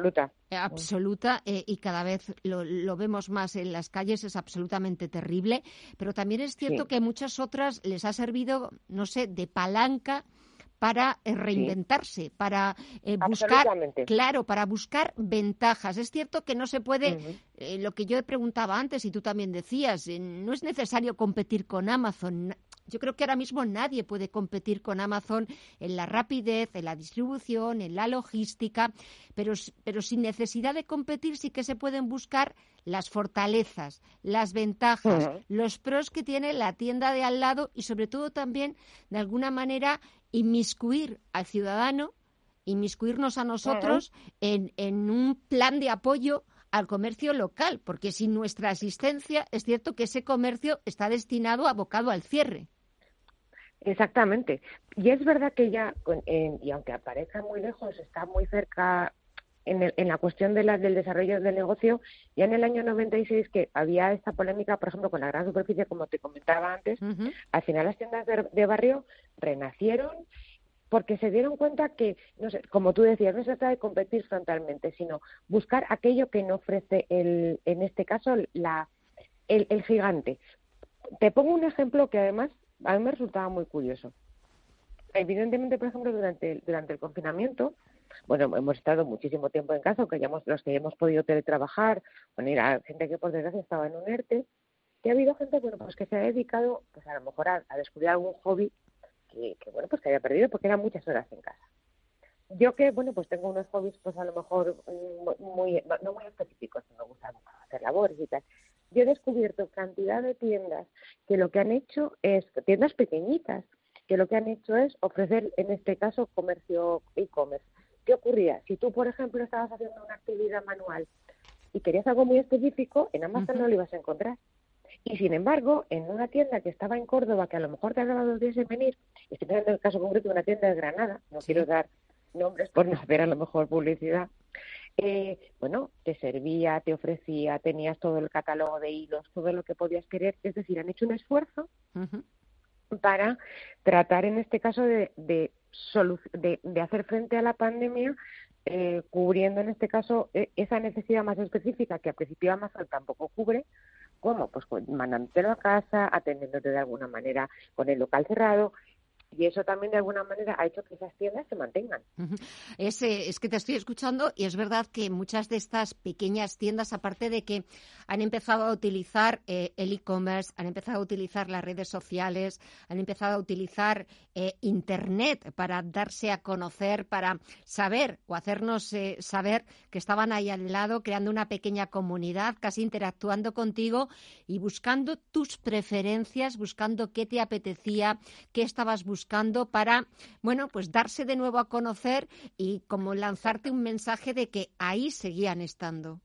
[SPEAKER 3] Absoluta, y cada vez lo vemos más en las calles, es absolutamente terrible. Pero también es cierto que a muchas otras les ha servido, no sé, de palanca para reinventarse, para buscar, claro, para buscar ventajas. Es cierto que no se puede, lo que yo preguntaba antes y tú también decías, no es necesario competir con Amazon. Yo creo que ahora mismo nadie puede competir con Amazon en la rapidez, en la distribución, en la logística, pero sin necesidad de competir sí que se pueden buscar las fortalezas, las ventajas, los pros que tiene la tienda de al lado y sobre todo también, de alguna manera, inmiscuir al ciudadano, inmiscuirnos a nosotros en un plan de apoyo al comercio local, porque sin nuestra asistencia es cierto que ese comercio está destinado, abocado al cierre.
[SPEAKER 13] Exactamente. Y es verdad que ya, y aunque aparezca muy lejos, está muy cerca en la cuestión del desarrollo del negocio. Ya en el año 96, que había esta polémica, por ejemplo, con la gran superficie, como te comentaba antes, al final las tiendas de barrio renacieron porque se dieron cuenta que, no sé, como tú decías, no se trata de competir frontalmente, sino buscar aquello que no ofrece, en este caso, el gigante. Te pongo un ejemplo que además a mí me resultaba muy curioso. Evidentemente, por ejemplo, durante el confinamiento, bueno, hemos estado muchísimo tiempo en casa, aunque los que hemos podido teletrabajar, bueno, y la gente que por desgracia estaba en un ERTE, que ha habido gente, bueno, pues que se ha dedicado, pues a lo mejor a descubrir algún hobby que bueno, pues que había perdido porque eran muchas horas en casa. Yo que, bueno, pues tengo unos hobbies, pues a lo mejor no muy específicos, me gusta hacer labores y tal. Yo he descubierto cantidad de tiendas que lo que han hecho es, tiendas pequeñitas, que lo que han hecho es ofrecer, en este caso, comercio e-commerce. ¿Qué ocurría? Si tú, por ejemplo, estabas haciendo una actividad manual y querías algo muy específico, en Amazon no lo ibas a encontrar. Y, sin embargo, en una tienda que estaba en Córdoba, que a lo mejor tardaba 2 días en venir, estoy pensando en el caso concreto de una tienda de Granada, no quiero dar nombres por no hacer a lo mejor publicidad, bueno, te servía, te ofrecía, tenías todo el catálogo de hilos, todo lo que podías querer, es decir, han hecho un esfuerzo para tratar en este caso de hacer frente a la pandemia, cubriendo en este caso esa necesidad más específica que al principio Amazon tampoco cubre. ¿Cómo? Pues mandándotelo a casa, atendiéndote de alguna manera con el local cerrado. Y eso también de alguna manera ha hecho que esas tiendas se mantengan.
[SPEAKER 3] Es que te estoy escuchando y es verdad que muchas de estas pequeñas tiendas, aparte de que han empezado a utilizar el e-commerce, han empezado a utilizar las redes sociales, han empezado a utilizar Internet para darse a conocer, para saber o hacernos saber que estaban ahí al lado, creando una pequeña comunidad, casi interactuando contigo y buscando tus preferencias, buscando qué te apetecía, qué estabas buscando para, bueno, pues darse de nuevo a conocer y como lanzarte un mensaje de que ahí seguían estando.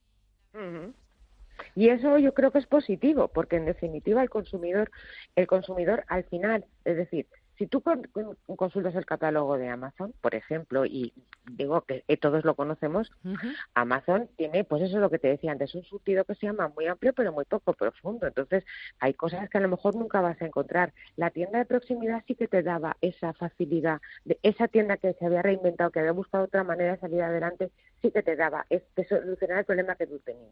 [SPEAKER 13] Y eso yo creo que es positivo, porque en definitiva el consumidor al final, es decir, si tú consultas el catálogo de Amazon, por ejemplo, y digo que todos lo conocemos, Amazon tiene, pues eso es lo que te decía antes, un surtido que se llama muy amplio pero muy poco profundo. Entonces, hay cosas que a lo mejor nunca vas a encontrar. La tienda de proximidad sí que te daba esa facilidad, de esa tienda que se había reinventado, que había buscado otra manera de salir adelante, sí que te daba, te solucionaba el problema que tú tenías.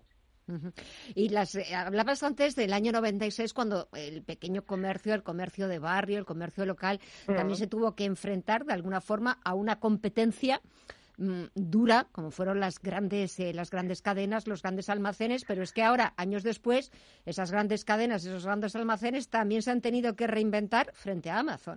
[SPEAKER 3] Y hablabas antes del año 96, cuando el pequeño comercio, el comercio de barrio, el comercio local, también se tuvo que enfrentar de alguna forma a una competencia dura, como fueron las grandes cadenas, los grandes almacenes, pero es que ahora, años después, esas grandes cadenas, esos grandes almacenes también se han tenido que reinventar frente a Amazon.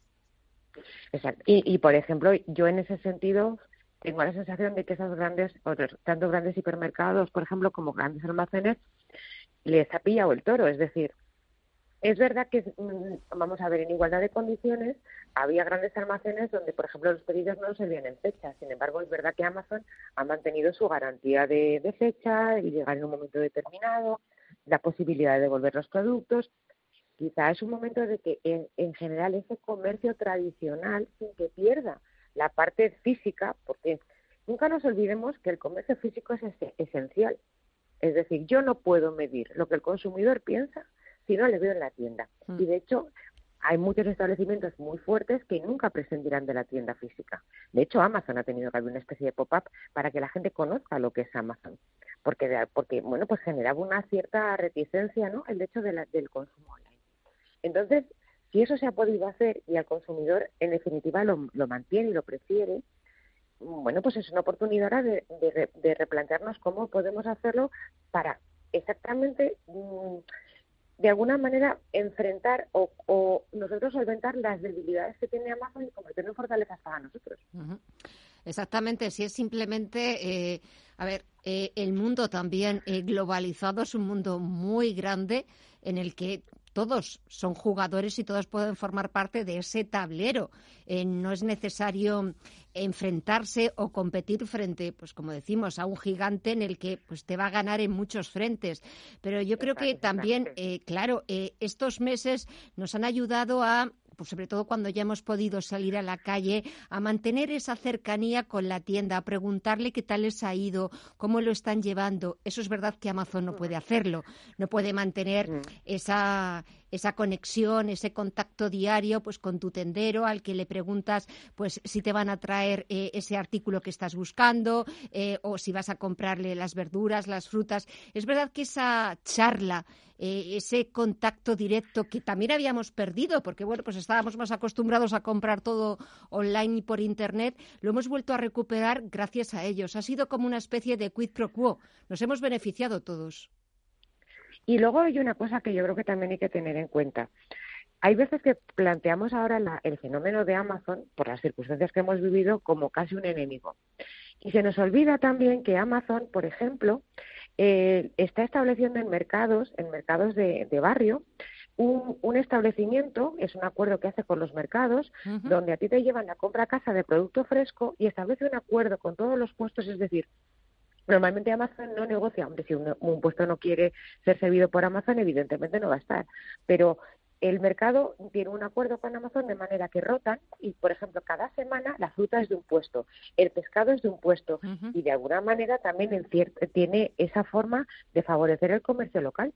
[SPEAKER 13] Exacto. Y por ejemplo, yo en ese sentido tengo la sensación de que esas tanto grandes hipermercados, por ejemplo, como grandes almacenes, les ha pillado el toro. Es decir, es verdad que, vamos a ver, en igualdad de condiciones, había grandes almacenes donde, por ejemplo, los pedidos no servían en fecha. Sin embargo, es verdad que Amazon ha mantenido su garantía de fecha y llegar en un momento determinado, la posibilidad de devolver los productos. Quizá es un momento de que, en general, ese comercio tradicional, sin que pierda la parte física, porque nunca nos olvidemos que el comercio físico es esencial. Es decir, yo no puedo medir lo que el consumidor piensa si no le veo en la tienda. Y de hecho, hay muchos establecimientos muy fuertes que nunca prescindirán de la tienda física. De hecho, Amazon ha tenido que haber una especie de pop-up para que la gente conozca lo que es Amazon. Porque bueno, pues generaba una cierta reticencia, ¿no?, el hecho del consumo online. Entonces, si eso se ha podido hacer y al consumidor, en definitiva, lo mantiene y lo prefiere, bueno, pues es una oportunidad ahora de replantearnos cómo podemos hacerlo para exactamente de alguna manera enfrentar o nosotros solventar las debilidades que tiene Amazon y convertirlo en fortalezas para nosotros.
[SPEAKER 3] Uh-huh. Exactamente, si es simplemente, el mundo también globalizado es un mundo muy grande en el que todos son jugadores y todos pueden formar parte de ese tablero. No es necesario enfrentarse o competir frente, pues como decimos, a un gigante en el que pues te va a ganar en muchos frentes. Pero yo creo que también, estos meses nos han ayudado a, pues sobre todo cuando ya hemos podido salir a la calle, a mantener esa cercanía con la tienda, a preguntarle qué tal les ha ido, cómo lo están llevando. Eso es verdad que Amazon no puede hacerlo, no puede mantener esa conexión, ese contacto diario pues con tu tendero al que le preguntas pues si te van a traer ese artículo que estás buscando o si vas a comprarle las verduras, las frutas. Es verdad que esa charla, ese contacto directo que también habíamos perdido porque bueno, pues estábamos más acostumbrados a comprar todo online y por internet, lo hemos vuelto a recuperar gracias a ellos. Ha sido como una especie de quid pro quo. Nos hemos beneficiado todos.
[SPEAKER 13] Y luego hay una cosa que yo creo que también hay que tener en cuenta. Hay veces que planteamos ahora el fenómeno de Amazon, por las circunstancias que hemos vivido, como casi un enemigo. Y se nos olvida también que Amazon, por ejemplo, está estableciendo en mercados de barrio, un establecimiento, es un acuerdo que hace con los mercados, donde a ti te llevan la compra a casa de producto fresco y establece un acuerdo con todos los puestos, es decir, normalmente Amazon no negocia, hombre, si un puesto no quiere ser servido por Amazon, evidentemente no va a estar, pero el mercado tiene un acuerdo con Amazon de manera que rotan y, por ejemplo, cada semana la fruta es de un puesto, el pescado es de un puesto y de alguna manera también tiene esa forma de favorecer el comercio local.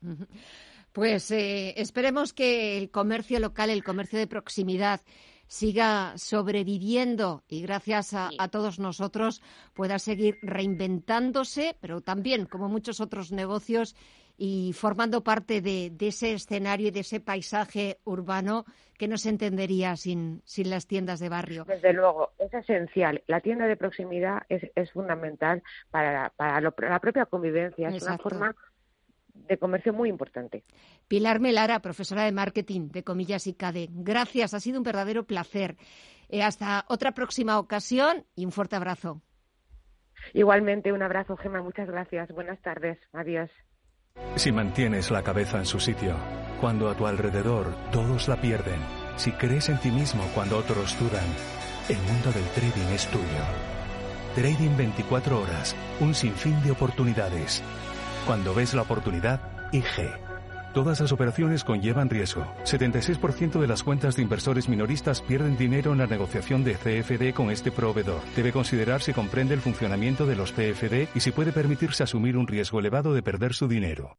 [SPEAKER 3] Pues esperemos que el comercio local, el comercio de proximidad siga sobreviviendo y gracias a todos nosotros pueda seguir reinventándose, pero también, como muchos otros negocios, y formando parte de ese escenario y de ese paisaje urbano que no se entendería sin las tiendas de barrio.
[SPEAKER 13] Desde luego, es esencial. La tienda de proximidad es fundamental para la propia convivencia. Es una forma de comercio muy importante.
[SPEAKER 3] Pilar Melara, profesora de marketing de Comillas y CADE. Gracias, ha sido un verdadero placer. Hasta otra próxima ocasión y un fuerte abrazo.
[SPEAKER 13] Igualmente, un abrazo, Gemma. Muchas gracias. Buenas tardes. Adiós.
[SPEAKER 14] Si mantienes la cabeza en su sitio, cuando a tu alrededor todos la pierden, si crees en ti mismo cuando otros dudan, el mundo del trading es tuyo. Trading 24 horas, un sinfín de oportunidades. Cuando ves la oportunidad, IG. Todas las operaciones conllevan riesgo. 76% de las cuentas de inversores minoristas pierden dinero en la negociación de CFD con este proveedor. Debe considerar si comprende el funcionamiento de los CFD y si puede permitirse asumir un riesgo elevado de perder su dinero.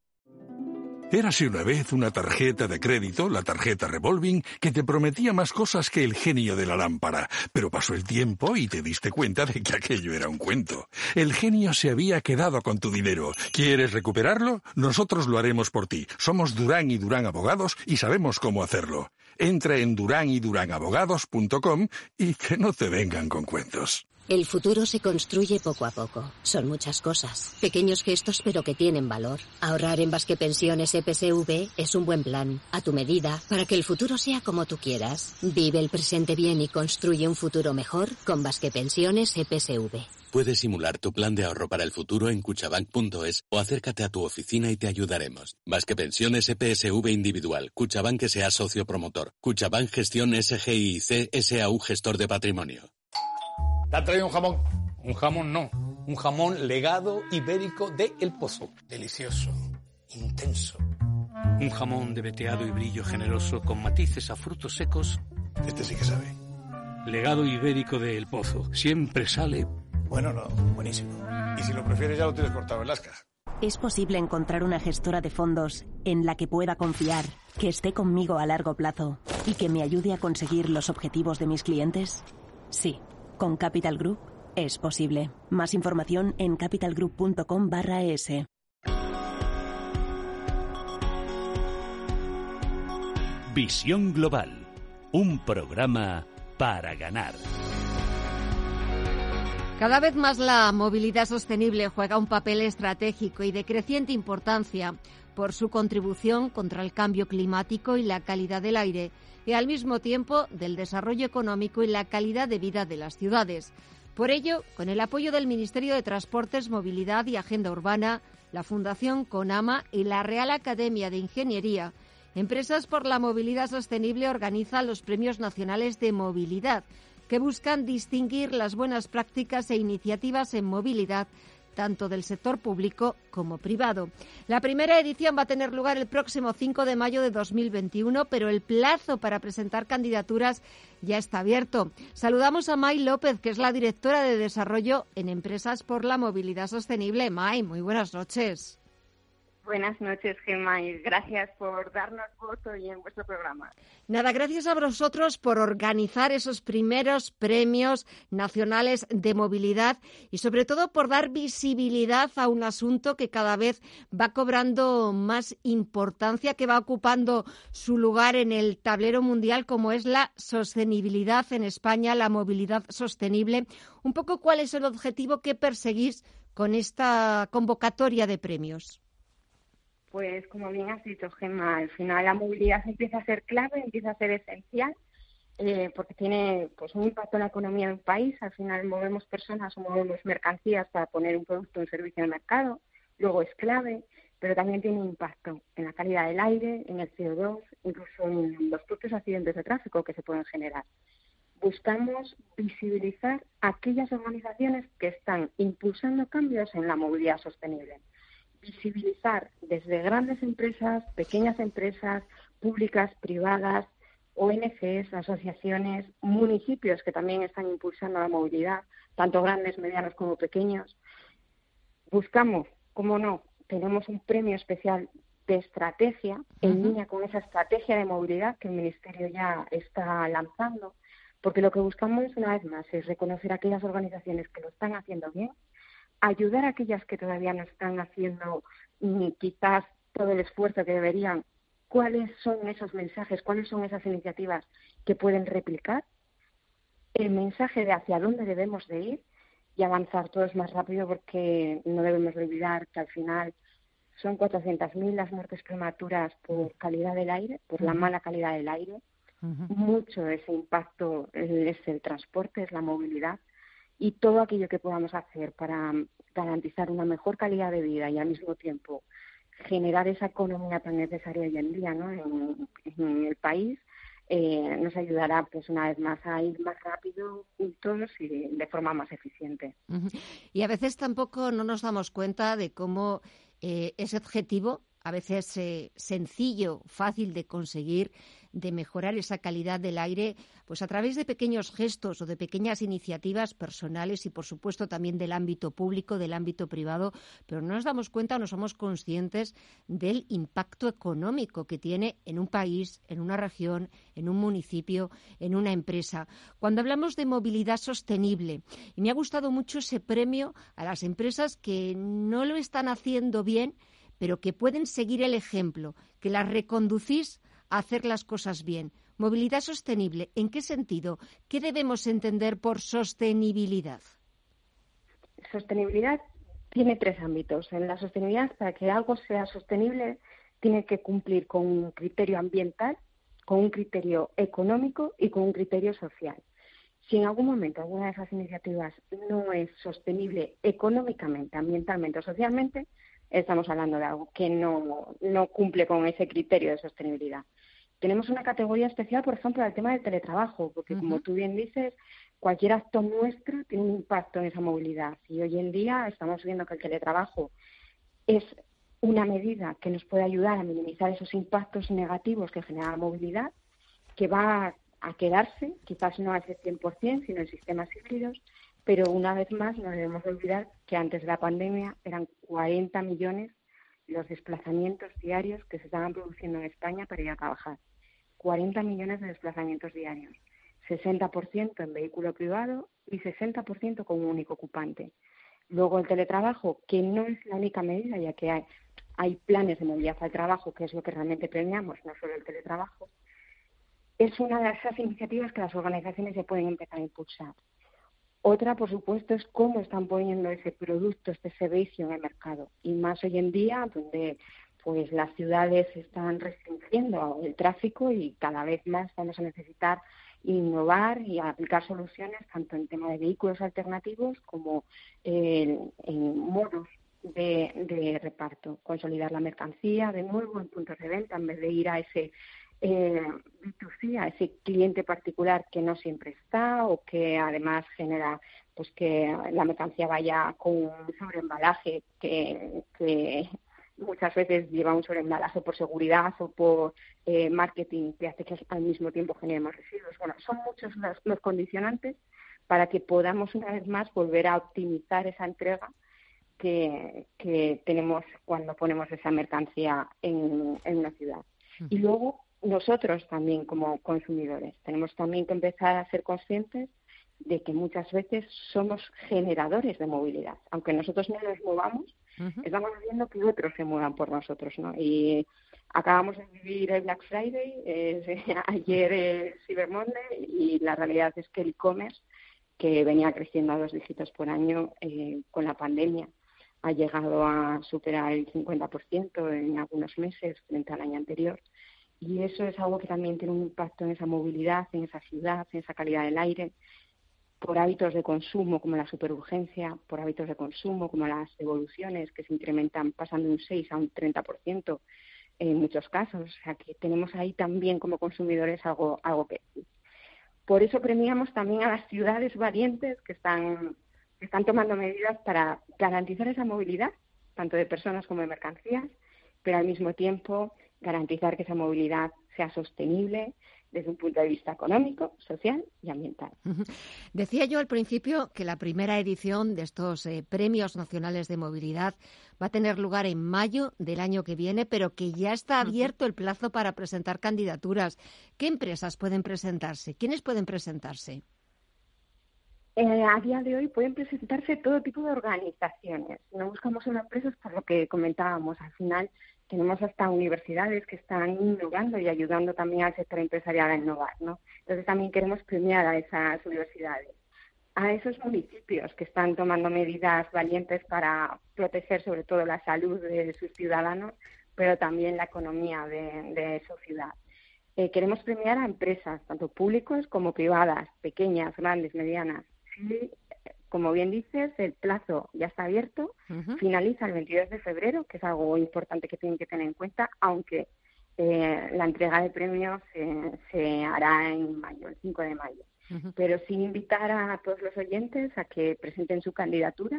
[SPEAKER 15] Érase una vez una tarjeta de crédito, la tarjeta revolving, que te prometía más cosas que el genio de la lámpara. Pero pasó el tiempo y te diste cuenta de que aquello era un cuento. El genio se había quedado con tu dinero. ¿Quieres recuperarlo? Nosotros lo haremos por ti. Somos Durán y Durán Abogados y sabemos cómo hacerlo. Entra en duranyduranAbogados.com y que no te vengan con cuentos.
[SPEAKER 16] El futuro se construye poco a poco. Son muchas cosas. Pequeños gestos pero que tienen valor. Ahorrar en Basque Pensiones EPSV es un buen plan. A tu medida, para que el futuro sea como tú quieras. Vive el presente bien y construye un futuro mejor con Basque Pensiones EPSV.
[SPEAKER 17] Puedes simular tu plan de ahorro para el futuro en cuchabank.es o acércate a tu oficina y te ayudaremos. Basque Pensiones EPSV Individual. Cuchabank S.A. Socio Promotor. Cuchabank Gestión SGIC S.A.U. Gestor de Patrimonio.
[SPEAKER 18] ¿Te han traído un jamón? Un jamón no. Un jamón Legado Ibérico de El Pozo. Delicioso. Intenso. Un jamón de veteado y brillo generoso con matices a frutos secos. Este sí que sabe. Legado Ibérico de El Pozo. Siempre sale... Bueno, no. Buenísimo. Y si lo prefieres ya lo tienes cortado en lasca.
[SPEAKER 19] ¿Es posible encontrar una gestora de fondos en la que pueda confiar, que esté conmigo a largo plazo y que me ayude a conseguir los objetivos de mis clientes? Sí. Con Capital Group es posible. Más información en capitalgroup.com/es.
[SPEAKER 7] Visión Global. Un programa para ganar.
[SPEAKER 3] Cada vez más la movilidad sostenible juega un papel estratégico y de creciente importancia por su contribución contra el cambio climático y la calidad del aire, y al mismo tiempo del desarrollo económico y la calidad de vida de las ciudades. Por ello, con el apoyo del Ministerio de Transportes, Movilidad y Agenda Urbana, la Fundación CONAMA y la Real Academia de Ingeniería, Empresas por la Movilidad Sostenible organiza los Premios Nacionales de Movilidad, que buscan distinguir las buenas prácticas e iniciativas en movilidad tanto del sector público como privado. La primera edición va a tener lugar el próximo 5 de mayo de 2021, pero el plazo para presentar candidaturas ya está abierto. Saludamos a May López, que es la directora de Desarrollo en Empresas por la Movilidad Sostenible. May, muy buenas noches.
[SPEAKER 20] Buenas noches, Gemma, y gracias por darnos voz hoy en vuestro programa.
[SPEAKER 3] Nada, gracias a vosotros por organizar esos primeros premios nacionales de movilidad y sobre todo por dar visibilidad a un asunto que cada vez va cobrando más importancia, que va ocupando su lugar en el tablero mundial, como es la sostenibilidad en España, la movilidad sostenible. Un poco, ¿cuál es el objetivo que perseguís con esta convocatoria de premios?
[SPEAKER 20] Pues como bien has dicho, Gemma, al final la movilidad empieza a ser clave, empieza a ser esencial, porque tiene pues un impacto en la economía de un país. Al final movemos personas o movemos mercancías para poner un producto o un servicio en el mercado. Luego es clave, pero también tiene impacto en la calidad del aire, en el CO2, incluso en los propios accidentes de tráfico que se pueden generar. Buscamos visibilizar aquellas organizaciones que están impulsando cambios en la movilidad sostenible. Visibilizar desde grandes empresas, pequeñas empresas, públicas, privadas, ONGs, asociaciones, municipios que también están impulsando la movilidad, tanto grandes, medianos como pequeños. Buscamos, cómo no, tenemos un premio especial de estrategia en línea con esa estrategia de movilidad que el Ministerio ya está lanzando, porque lo que buscamos, una vez más, es reconocer a aquellas organizaciones que lo están haciendo bien, ayudar a aquellas que todavía no están haciendo quizás todo el esfuerzo que deberían. ¿Cuáles son esos mensajes? ¿Cuáles son esas iniciativas que pueden replicar? El mensaje de hacia dónde debemos de ir y avanzar todos más rápido, porque no debemos de olvidar que al final son 400.000 las muertes prematuras por calidad del aire, por la mala calidad del aire. Mucho de ese impacto es el transporte, es la movilidad. Y todo aquello que podamos hacer para garantizar una mejor calidad de vida y al mismo tiempo generar esa economía tan necesaria hoy en día, ¿no?, en el país, nos ayudará, pues una vez más, a ir más rápido juntos y de forma más eficiente.
[SPEAKER 3] Y a veces tampoco no nos damos cuenta de cómo ese objetivo, a veces sencillo, fácil de conseguir, de mejorar esa calidad del aire, pues a través de pequeños gestos o de pequeñas iniciativas personales y, por supuesto, también del ámbito público, del ámbito privado, pero no nos damos cuenta, no somos conscientes del impacto económico que tiene en un país, en una región, en un municipio, en una empresa. Cuando hablamos de movilidad sostenible, y me ha gustado mucho ese premio a las empresas que no lo están haciendo bien, pero que pueden seguir el ejemplo, que las reconducís a hacer las cosas bien. Movilidad sostenible, ¿en qué sentido? ¿Qué debemos entender por sostenibilidad?
[SPEAKER 20] Sostenibilidad tiene 3 ámbitos. En la sostenibilidad, para que algo sea sostenible, tiene que cumplir con un criterio ambiental, con un criterio económico y con un criterio social. Si en algún momento alguna de esas iniciativas no es sostenible económicamente, ambientalmente o socialmente, estamos hablando de algo que no cumple con ese criterio de sostenibilidad. Tenemos una categoría especial, por ejemplo, del tema del teletrabajo, porque como tú bien dices, cualquier acto nuestro tiene un impacto en esa movilidad. Y hoy en día estamos viendo que el teletrabajo es una medida que nos puede ayudar a minimizar esos impactos negativos que genera la movilidad, que va a quedarse, quizás no al 100%, sino en sistemas híbridos, pero una vez más no debemos olvidar que antes de la pandemia eran 40 millones los desplazamientos diarios que se estaban produciendo en España para ir a trabajar. 40 millones de desplazamientos diarios, 60% en vehículo privado y 60% con un único ocupante. Luego el teletrabajo, que no es la única medida, ya que hay planes de movilidad al trabajo, que es lo que realmente premiamos, no solo el teletrabajo, es una de esas iniciativas que las organizaciones ya pueden empezar a impulsar. Otra, por supuesto, es cómo están poniendo ese producto, este servicio en el mercado. Y más hoy en día, donde pues las ciudades están restringiendo el tráfico y cada vez más vamos a necesitar innovar y aplicar soluciones tanto en tema de vehículos alternativos como en modos de reparto, consolidar la mercancía de nuevo en puntos de venta en vez de ir a ese B2C, a ese cliente particular que no siempre está o que además genera pues que la mercancía vaya con un sobreembalaje que muchas veces lleva un sobreembalaje por seguridad o por marketing que hace que al mismo tiempo generemos residuos. Bueno, son muchos los condicionantes para que podamos una vez más volver a optimizar esa entrega que tenemos cuando ponemos esa mercancía en una ciudad. Y luego nosotros también como consumidores tenemos también que empezar a ser conscientes de que muchas veces somos generadores de movilidad. Aunque nosotros no nos movamos, estamos haciendo que otros se muevan por nosotros, ¿no? Y acabamos de vivir el Black Friday, ayer Cyber Monday, y la realidad es que el e-commerce, que venía creciendo a 2 dígitos por año con la pandemia, ha llegado a superar el 50% en algunos meses frente al año anterior. Y eso es algo que también tiene un impacto en esa movilidad, en esa ciudad, en esa calidad del aire, por hábitos de consumo como la superurgencia, por hábitos de consumo como las devoluciones que se incrementan pasando de un 6 a un 30% en muchos casos. O sea que tenemos ahí también como consumidores algo que decir. Por eso premiamos también a las ciudades valientes que están tomando medidas para garantizar esa movilidad, tanto de personas como de mercancías, pero al mismo tiempo garantizar que esa movilidad sea sostenible desde un punto de vista económico, social y ambiental.
[SPEAKER 3] Decía yo al principio que la primera edición de estos Premios Nacionales de Movilidad va a tener lugar en mayo del año que viene, pero que ya está abierto el plazo para presentar candidaturas. ¿Qué empresas pueden presentarse? ¿Quiénes pueden presentarse?
[SPEAKER 20] A día de hoy pueden presentarse todo tipo de organizaciones. No buscamos solo empresas, por lo que comentábamos. Al final tenemos hasta universidades que están innovando y ayudando también al sector empresarial a innovar, ¿no? Entonces también queremos premiar a esas universidades, a esos municipios que están tomando medidas valientes para proteger sobre todo la salud de sus ciudadanos, pero también la economía de su ciudad. Queremos premiar a empresas, tanto públicos como privadas, pequeñas, grandes, medianas. Sí, como bien dices, el plazo ya está abierto, finaliza el 22 de febrero, que es algo importante que tienen que tener en cuenta, aunque la entrega de premios se hará en mayo, el 5 de mayo. Pero sí invitar a todos los oyentes a que presenten su candidatura.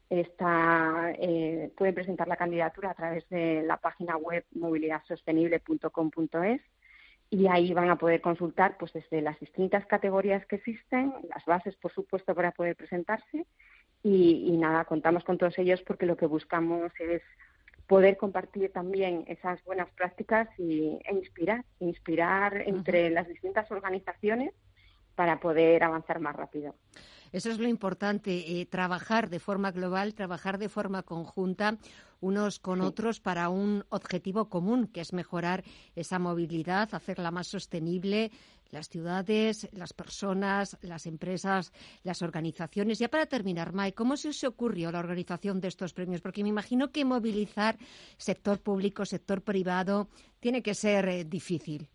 [SPEAKER 20] Pueden presentar la candidatura a través de la página web movilidadsostenible.com.es y ahí van a poder consultar pues desde las distintas categorías que existen, las bases, por supuesto, para poder presentarse y nada, contamos con todos ellos porque lo que buscamos es poder compartir también esas buenas prácticas e inspirar entre las distintas organizaciones para poder avanzar más rápido.
[SPEAKER 3] Eso es lo importante, trabajar de forma global, trabajar de forma conjunta unos con otros para un objetivo común, que es mejorar esa movilidad, hacerla más sostenible, las ciudades, las personas, las empresas, las organizaciones. Ya para terminar, Mai, ¿cómo se os ocurrió la organización de estos premios? Porque me imagino que movilizar sector público, sector privado, tiene que ser difícil.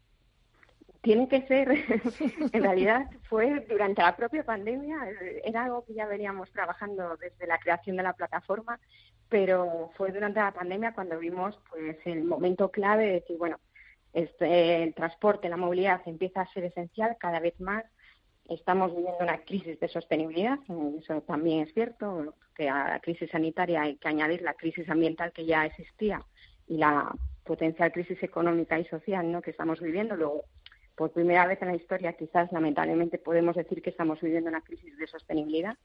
[SPEAKER 20] Tiene que ser, en realidad fue durante la propia pandemia, era algo que ya veníamos trabajando desde la creación de la plataforma, pero fue durante la pandemia cuando vimos pues el momento clave de decir, bueno, el transporte, la movilidad empieza a ser esencial cada vez más. Estamos viviendo una crisis de sostenibilidad, eso también es cierto, que a la crisis sanitaria hay que añadir la crisis ambiental que ya existía y la potencial crisis económica y social, ¿no?, que estamos viviendo. Luego, por primera vez en la historia, quizás lamentablemente podemos decir que estamos viviendo una crisis de sostenibilidad.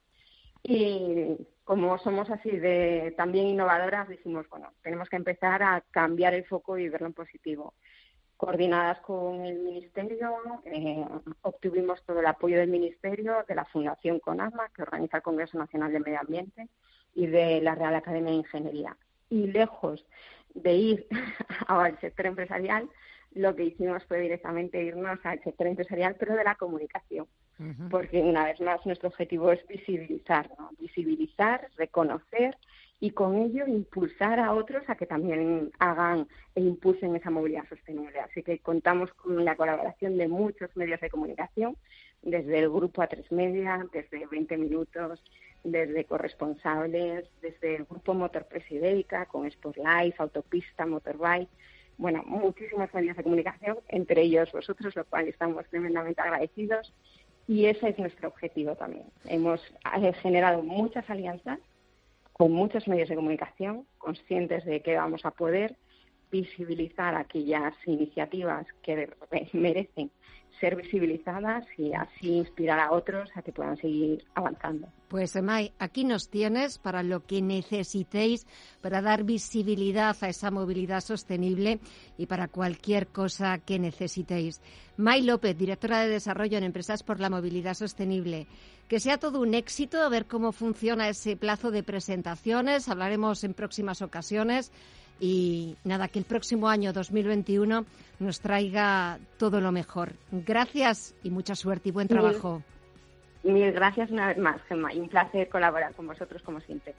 [SPEAKER 20] Y como somos así de también innovadoras, dijimos, bueno, tenemos que empezar a cambiar el foco y verlo en positivo. Coordinadas con el Ministerio, obtuvimos todo el apoyo del Ministerio, de la Fundación CONAGMA, que organiza el Congreso Nacional de Medio Ambiente, y de la Real Academia de Ingeniería. Y lejos de ir al sector empresarial, lo que hicimos fue directamente irnos al sector empresarial, pero de la comunicación. Porque una vez más nuestro objetivo es visibilizar, ¿no? Visibilizar, reconocer y con ello impulsar a otros a que también hagan e impulsen esa movilidad sostenible. Así que contamos con la colaboración de muchos medios de comunicación, desde el grupo A3 Media, desde 20 Minutos, desde corresponsables, desde el grupo Motorpress Ibérica, con Sportlife, Autopista, Motorbike, bueno, muchísimos medios de comunicación, entre ellos vosotros, lo cual estamos tremendamente agradecidos, y ese es nuestro objetivo también. Hemos generado muchas alianzas con muchos medios de comunicación, conscientes de que vamos a poder visibilizar aquellas iniciativas que merecen ser visibilizadas y así inspirar a otros a que puedan seguir avanzando.
[SPEAKER 3] Pues, May, aquí nos tienes para lo que necesitéis para dar visibilidad a esa movilidad sostenible y para cualquier cosa que necesitéis. May López, directora de Desarrollo en Empresas por la Movilidad Sostenible. Que sea todo un éxito, a ver cómo funciona ese plazo de presentaciones. Hablaremos en próximas ocasiones. Y nada, que el próximo año 2021 nos traiga todo lo mejor. Gracias y mucha suerte y buen trabajo.
[SPEAKER 20] Mil gracias una vez más, Gemma, y un placer colaborar con vosotros como siempre.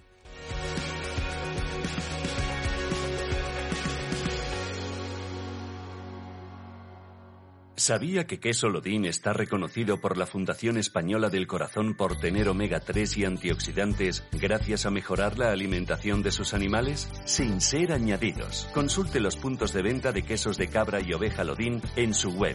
[SPEAKER 7] ¿Sabía que queso Lodin está reconocido por la Fundación Española del Corazón por tener omega 3 y antioxidantes gracias a mejorar la alimentación de sus animales? Sin ser añadidos. Consulte los puntos de venta de quesos de cabra y oveja Lodin en su web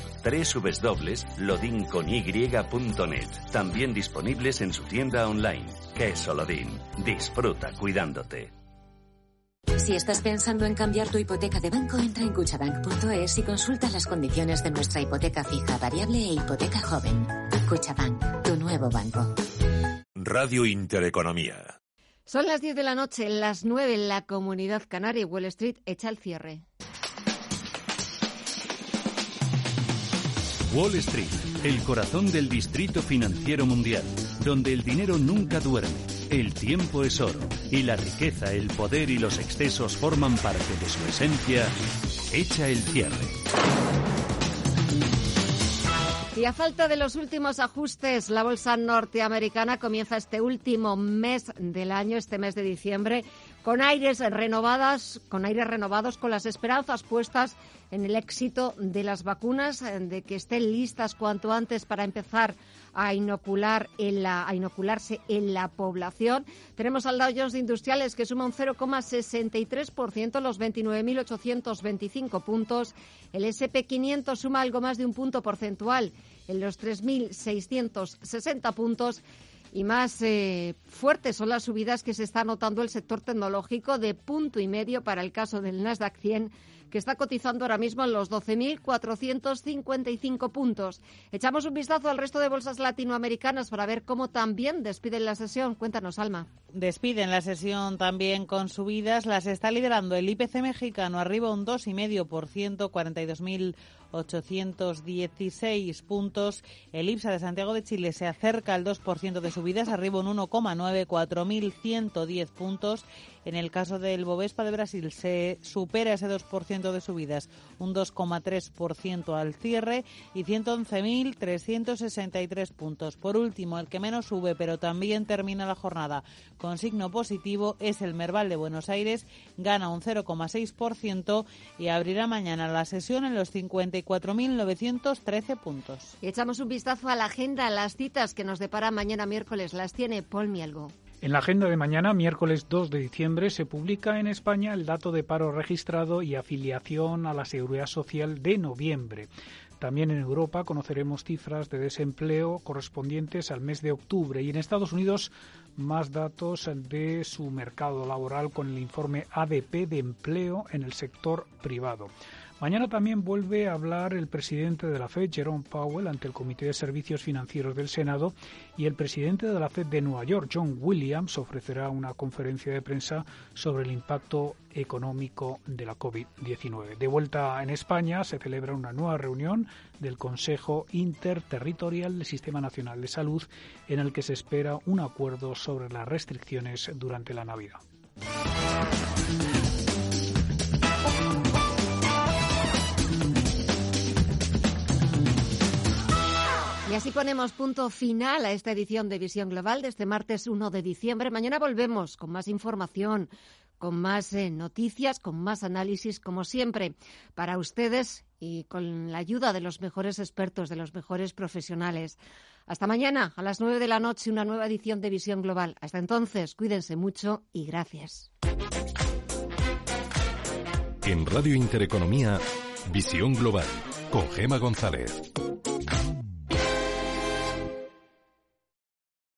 [SPEAKER 7] www.lodincony.net. También disponibles en su tienda online. Queso Lodin. Disfruta cuidándote.
[SPEAKER 16] Si estás pensando en cambiar tu hipoteca de banco, entra en cuchabank.es y consulta las condiciones de nuestra hipoteca fija, variable e hipoteca joven. Cuchabank, tu nuevo banco.
[SPEAKER 2] Radio Intereconomía.
[SPEAKER 3] Son las 10 de la noche, las 9 en la Comunidad Canaria y Wall Street echa el cierre.
[SPEAKER 7] Wall Street, el corazón del distrito financiero mundial, donde el dinero nunca duerme, el tiempo es oro, y la riqueza, el poder y los excesos forman parte de su esencia, echa el cierre.
[SPEAKER 3] Y a falta de los últimos ajustes, la bolsa norteamericana comienza este último mes del año, este mes de diciembre, con aires renovados, con las esperanzas puestas en el éxito de las vacunas, de que estén listas cuanto antes para empezar a inocularse en la población. Tenemos al Dow Jones de Industriales que suma un 0,63%, los 29.825 puntos. El S&P 500 suma algo más de un punto porcentual en los 3.660 puntos. Y más fuertes son las subidas que se está notando el sector tecnológico, de 1,5 para el caso del Nasdaq 100, que está cotizando ahora mismo en los 12.455 puntos. Echamos un vistazo al resto de bolsas latinoamericanas para ver cómo también despiden la sesión. Cuéntanos, Alma.
[SPEAKER 5] Despiden la sesión también con subidas. Las está liderando el IPC mexicano, arriba un 2,5%, 42.816 puntos. El IPSA de Santiago de Chile se acerca al 2% de subidas, arriba un 1,9, 4.110 puntos. En el caso del Bovespa de Brasil se supera ese 2% de subidas, un 2,3% al cierre y 111.363 puntos. Por último, el que menos sube, pero también termina la jornada con signo positivo, es el Merval de Buenos Aires, gana un 0,6% y abrirá mañana la sesión en los 54.913 puntos.
[SPEAKER 3] Y echamos un vistazo a la agenda, a las citas que nos depara mañana miércoles. Las tiene Paul Mielgo.
[SPEAKER 21] En la agenda de mañana, miércoles 2 de diciembre, se publica en España el dato de paro registrado y afiliación a la Seguridad Social de noviembre. También en Europa conoceremos cifras de desempleo correspondientes al mes de octubre y en Estados Unidos más datos de su mercado laboral con el informe ADP de empleo en el sector privado. Mañana también vuelve a hablar el presidente de la FED, Jerome Powell, ante el Comité de Servicios Financieros del Senado, y el presidente de la FED de Nueva York, John Williams, ofrecerá una conferencia de prensa sobre el impacto económico de la COVID-19. De vuelta en España, se celebra una nueva reunión del Consejo Interterritorial del Sistema Nacional de Salud, en el que se espera un acuerdo sobre las restricciones durante la Navidad.
[SPEAKER 3] Y Y así ponemos punto final a esta edición de Visión Global de este martes 1 de diciembre. Mañana volvemos con más información, con más noticias, con más análisis, como siempre, para ustedes y con la ayuda de los mejores expertos, de los mejores profesionales. Hasta mañana, a las 9 de la noche, una nueva edición de Visión Global. Hasta entonces, cuídense mucho y gracias.
[SPEAKER 2] En Radio Intereconomía, Visión Global, con Gema González.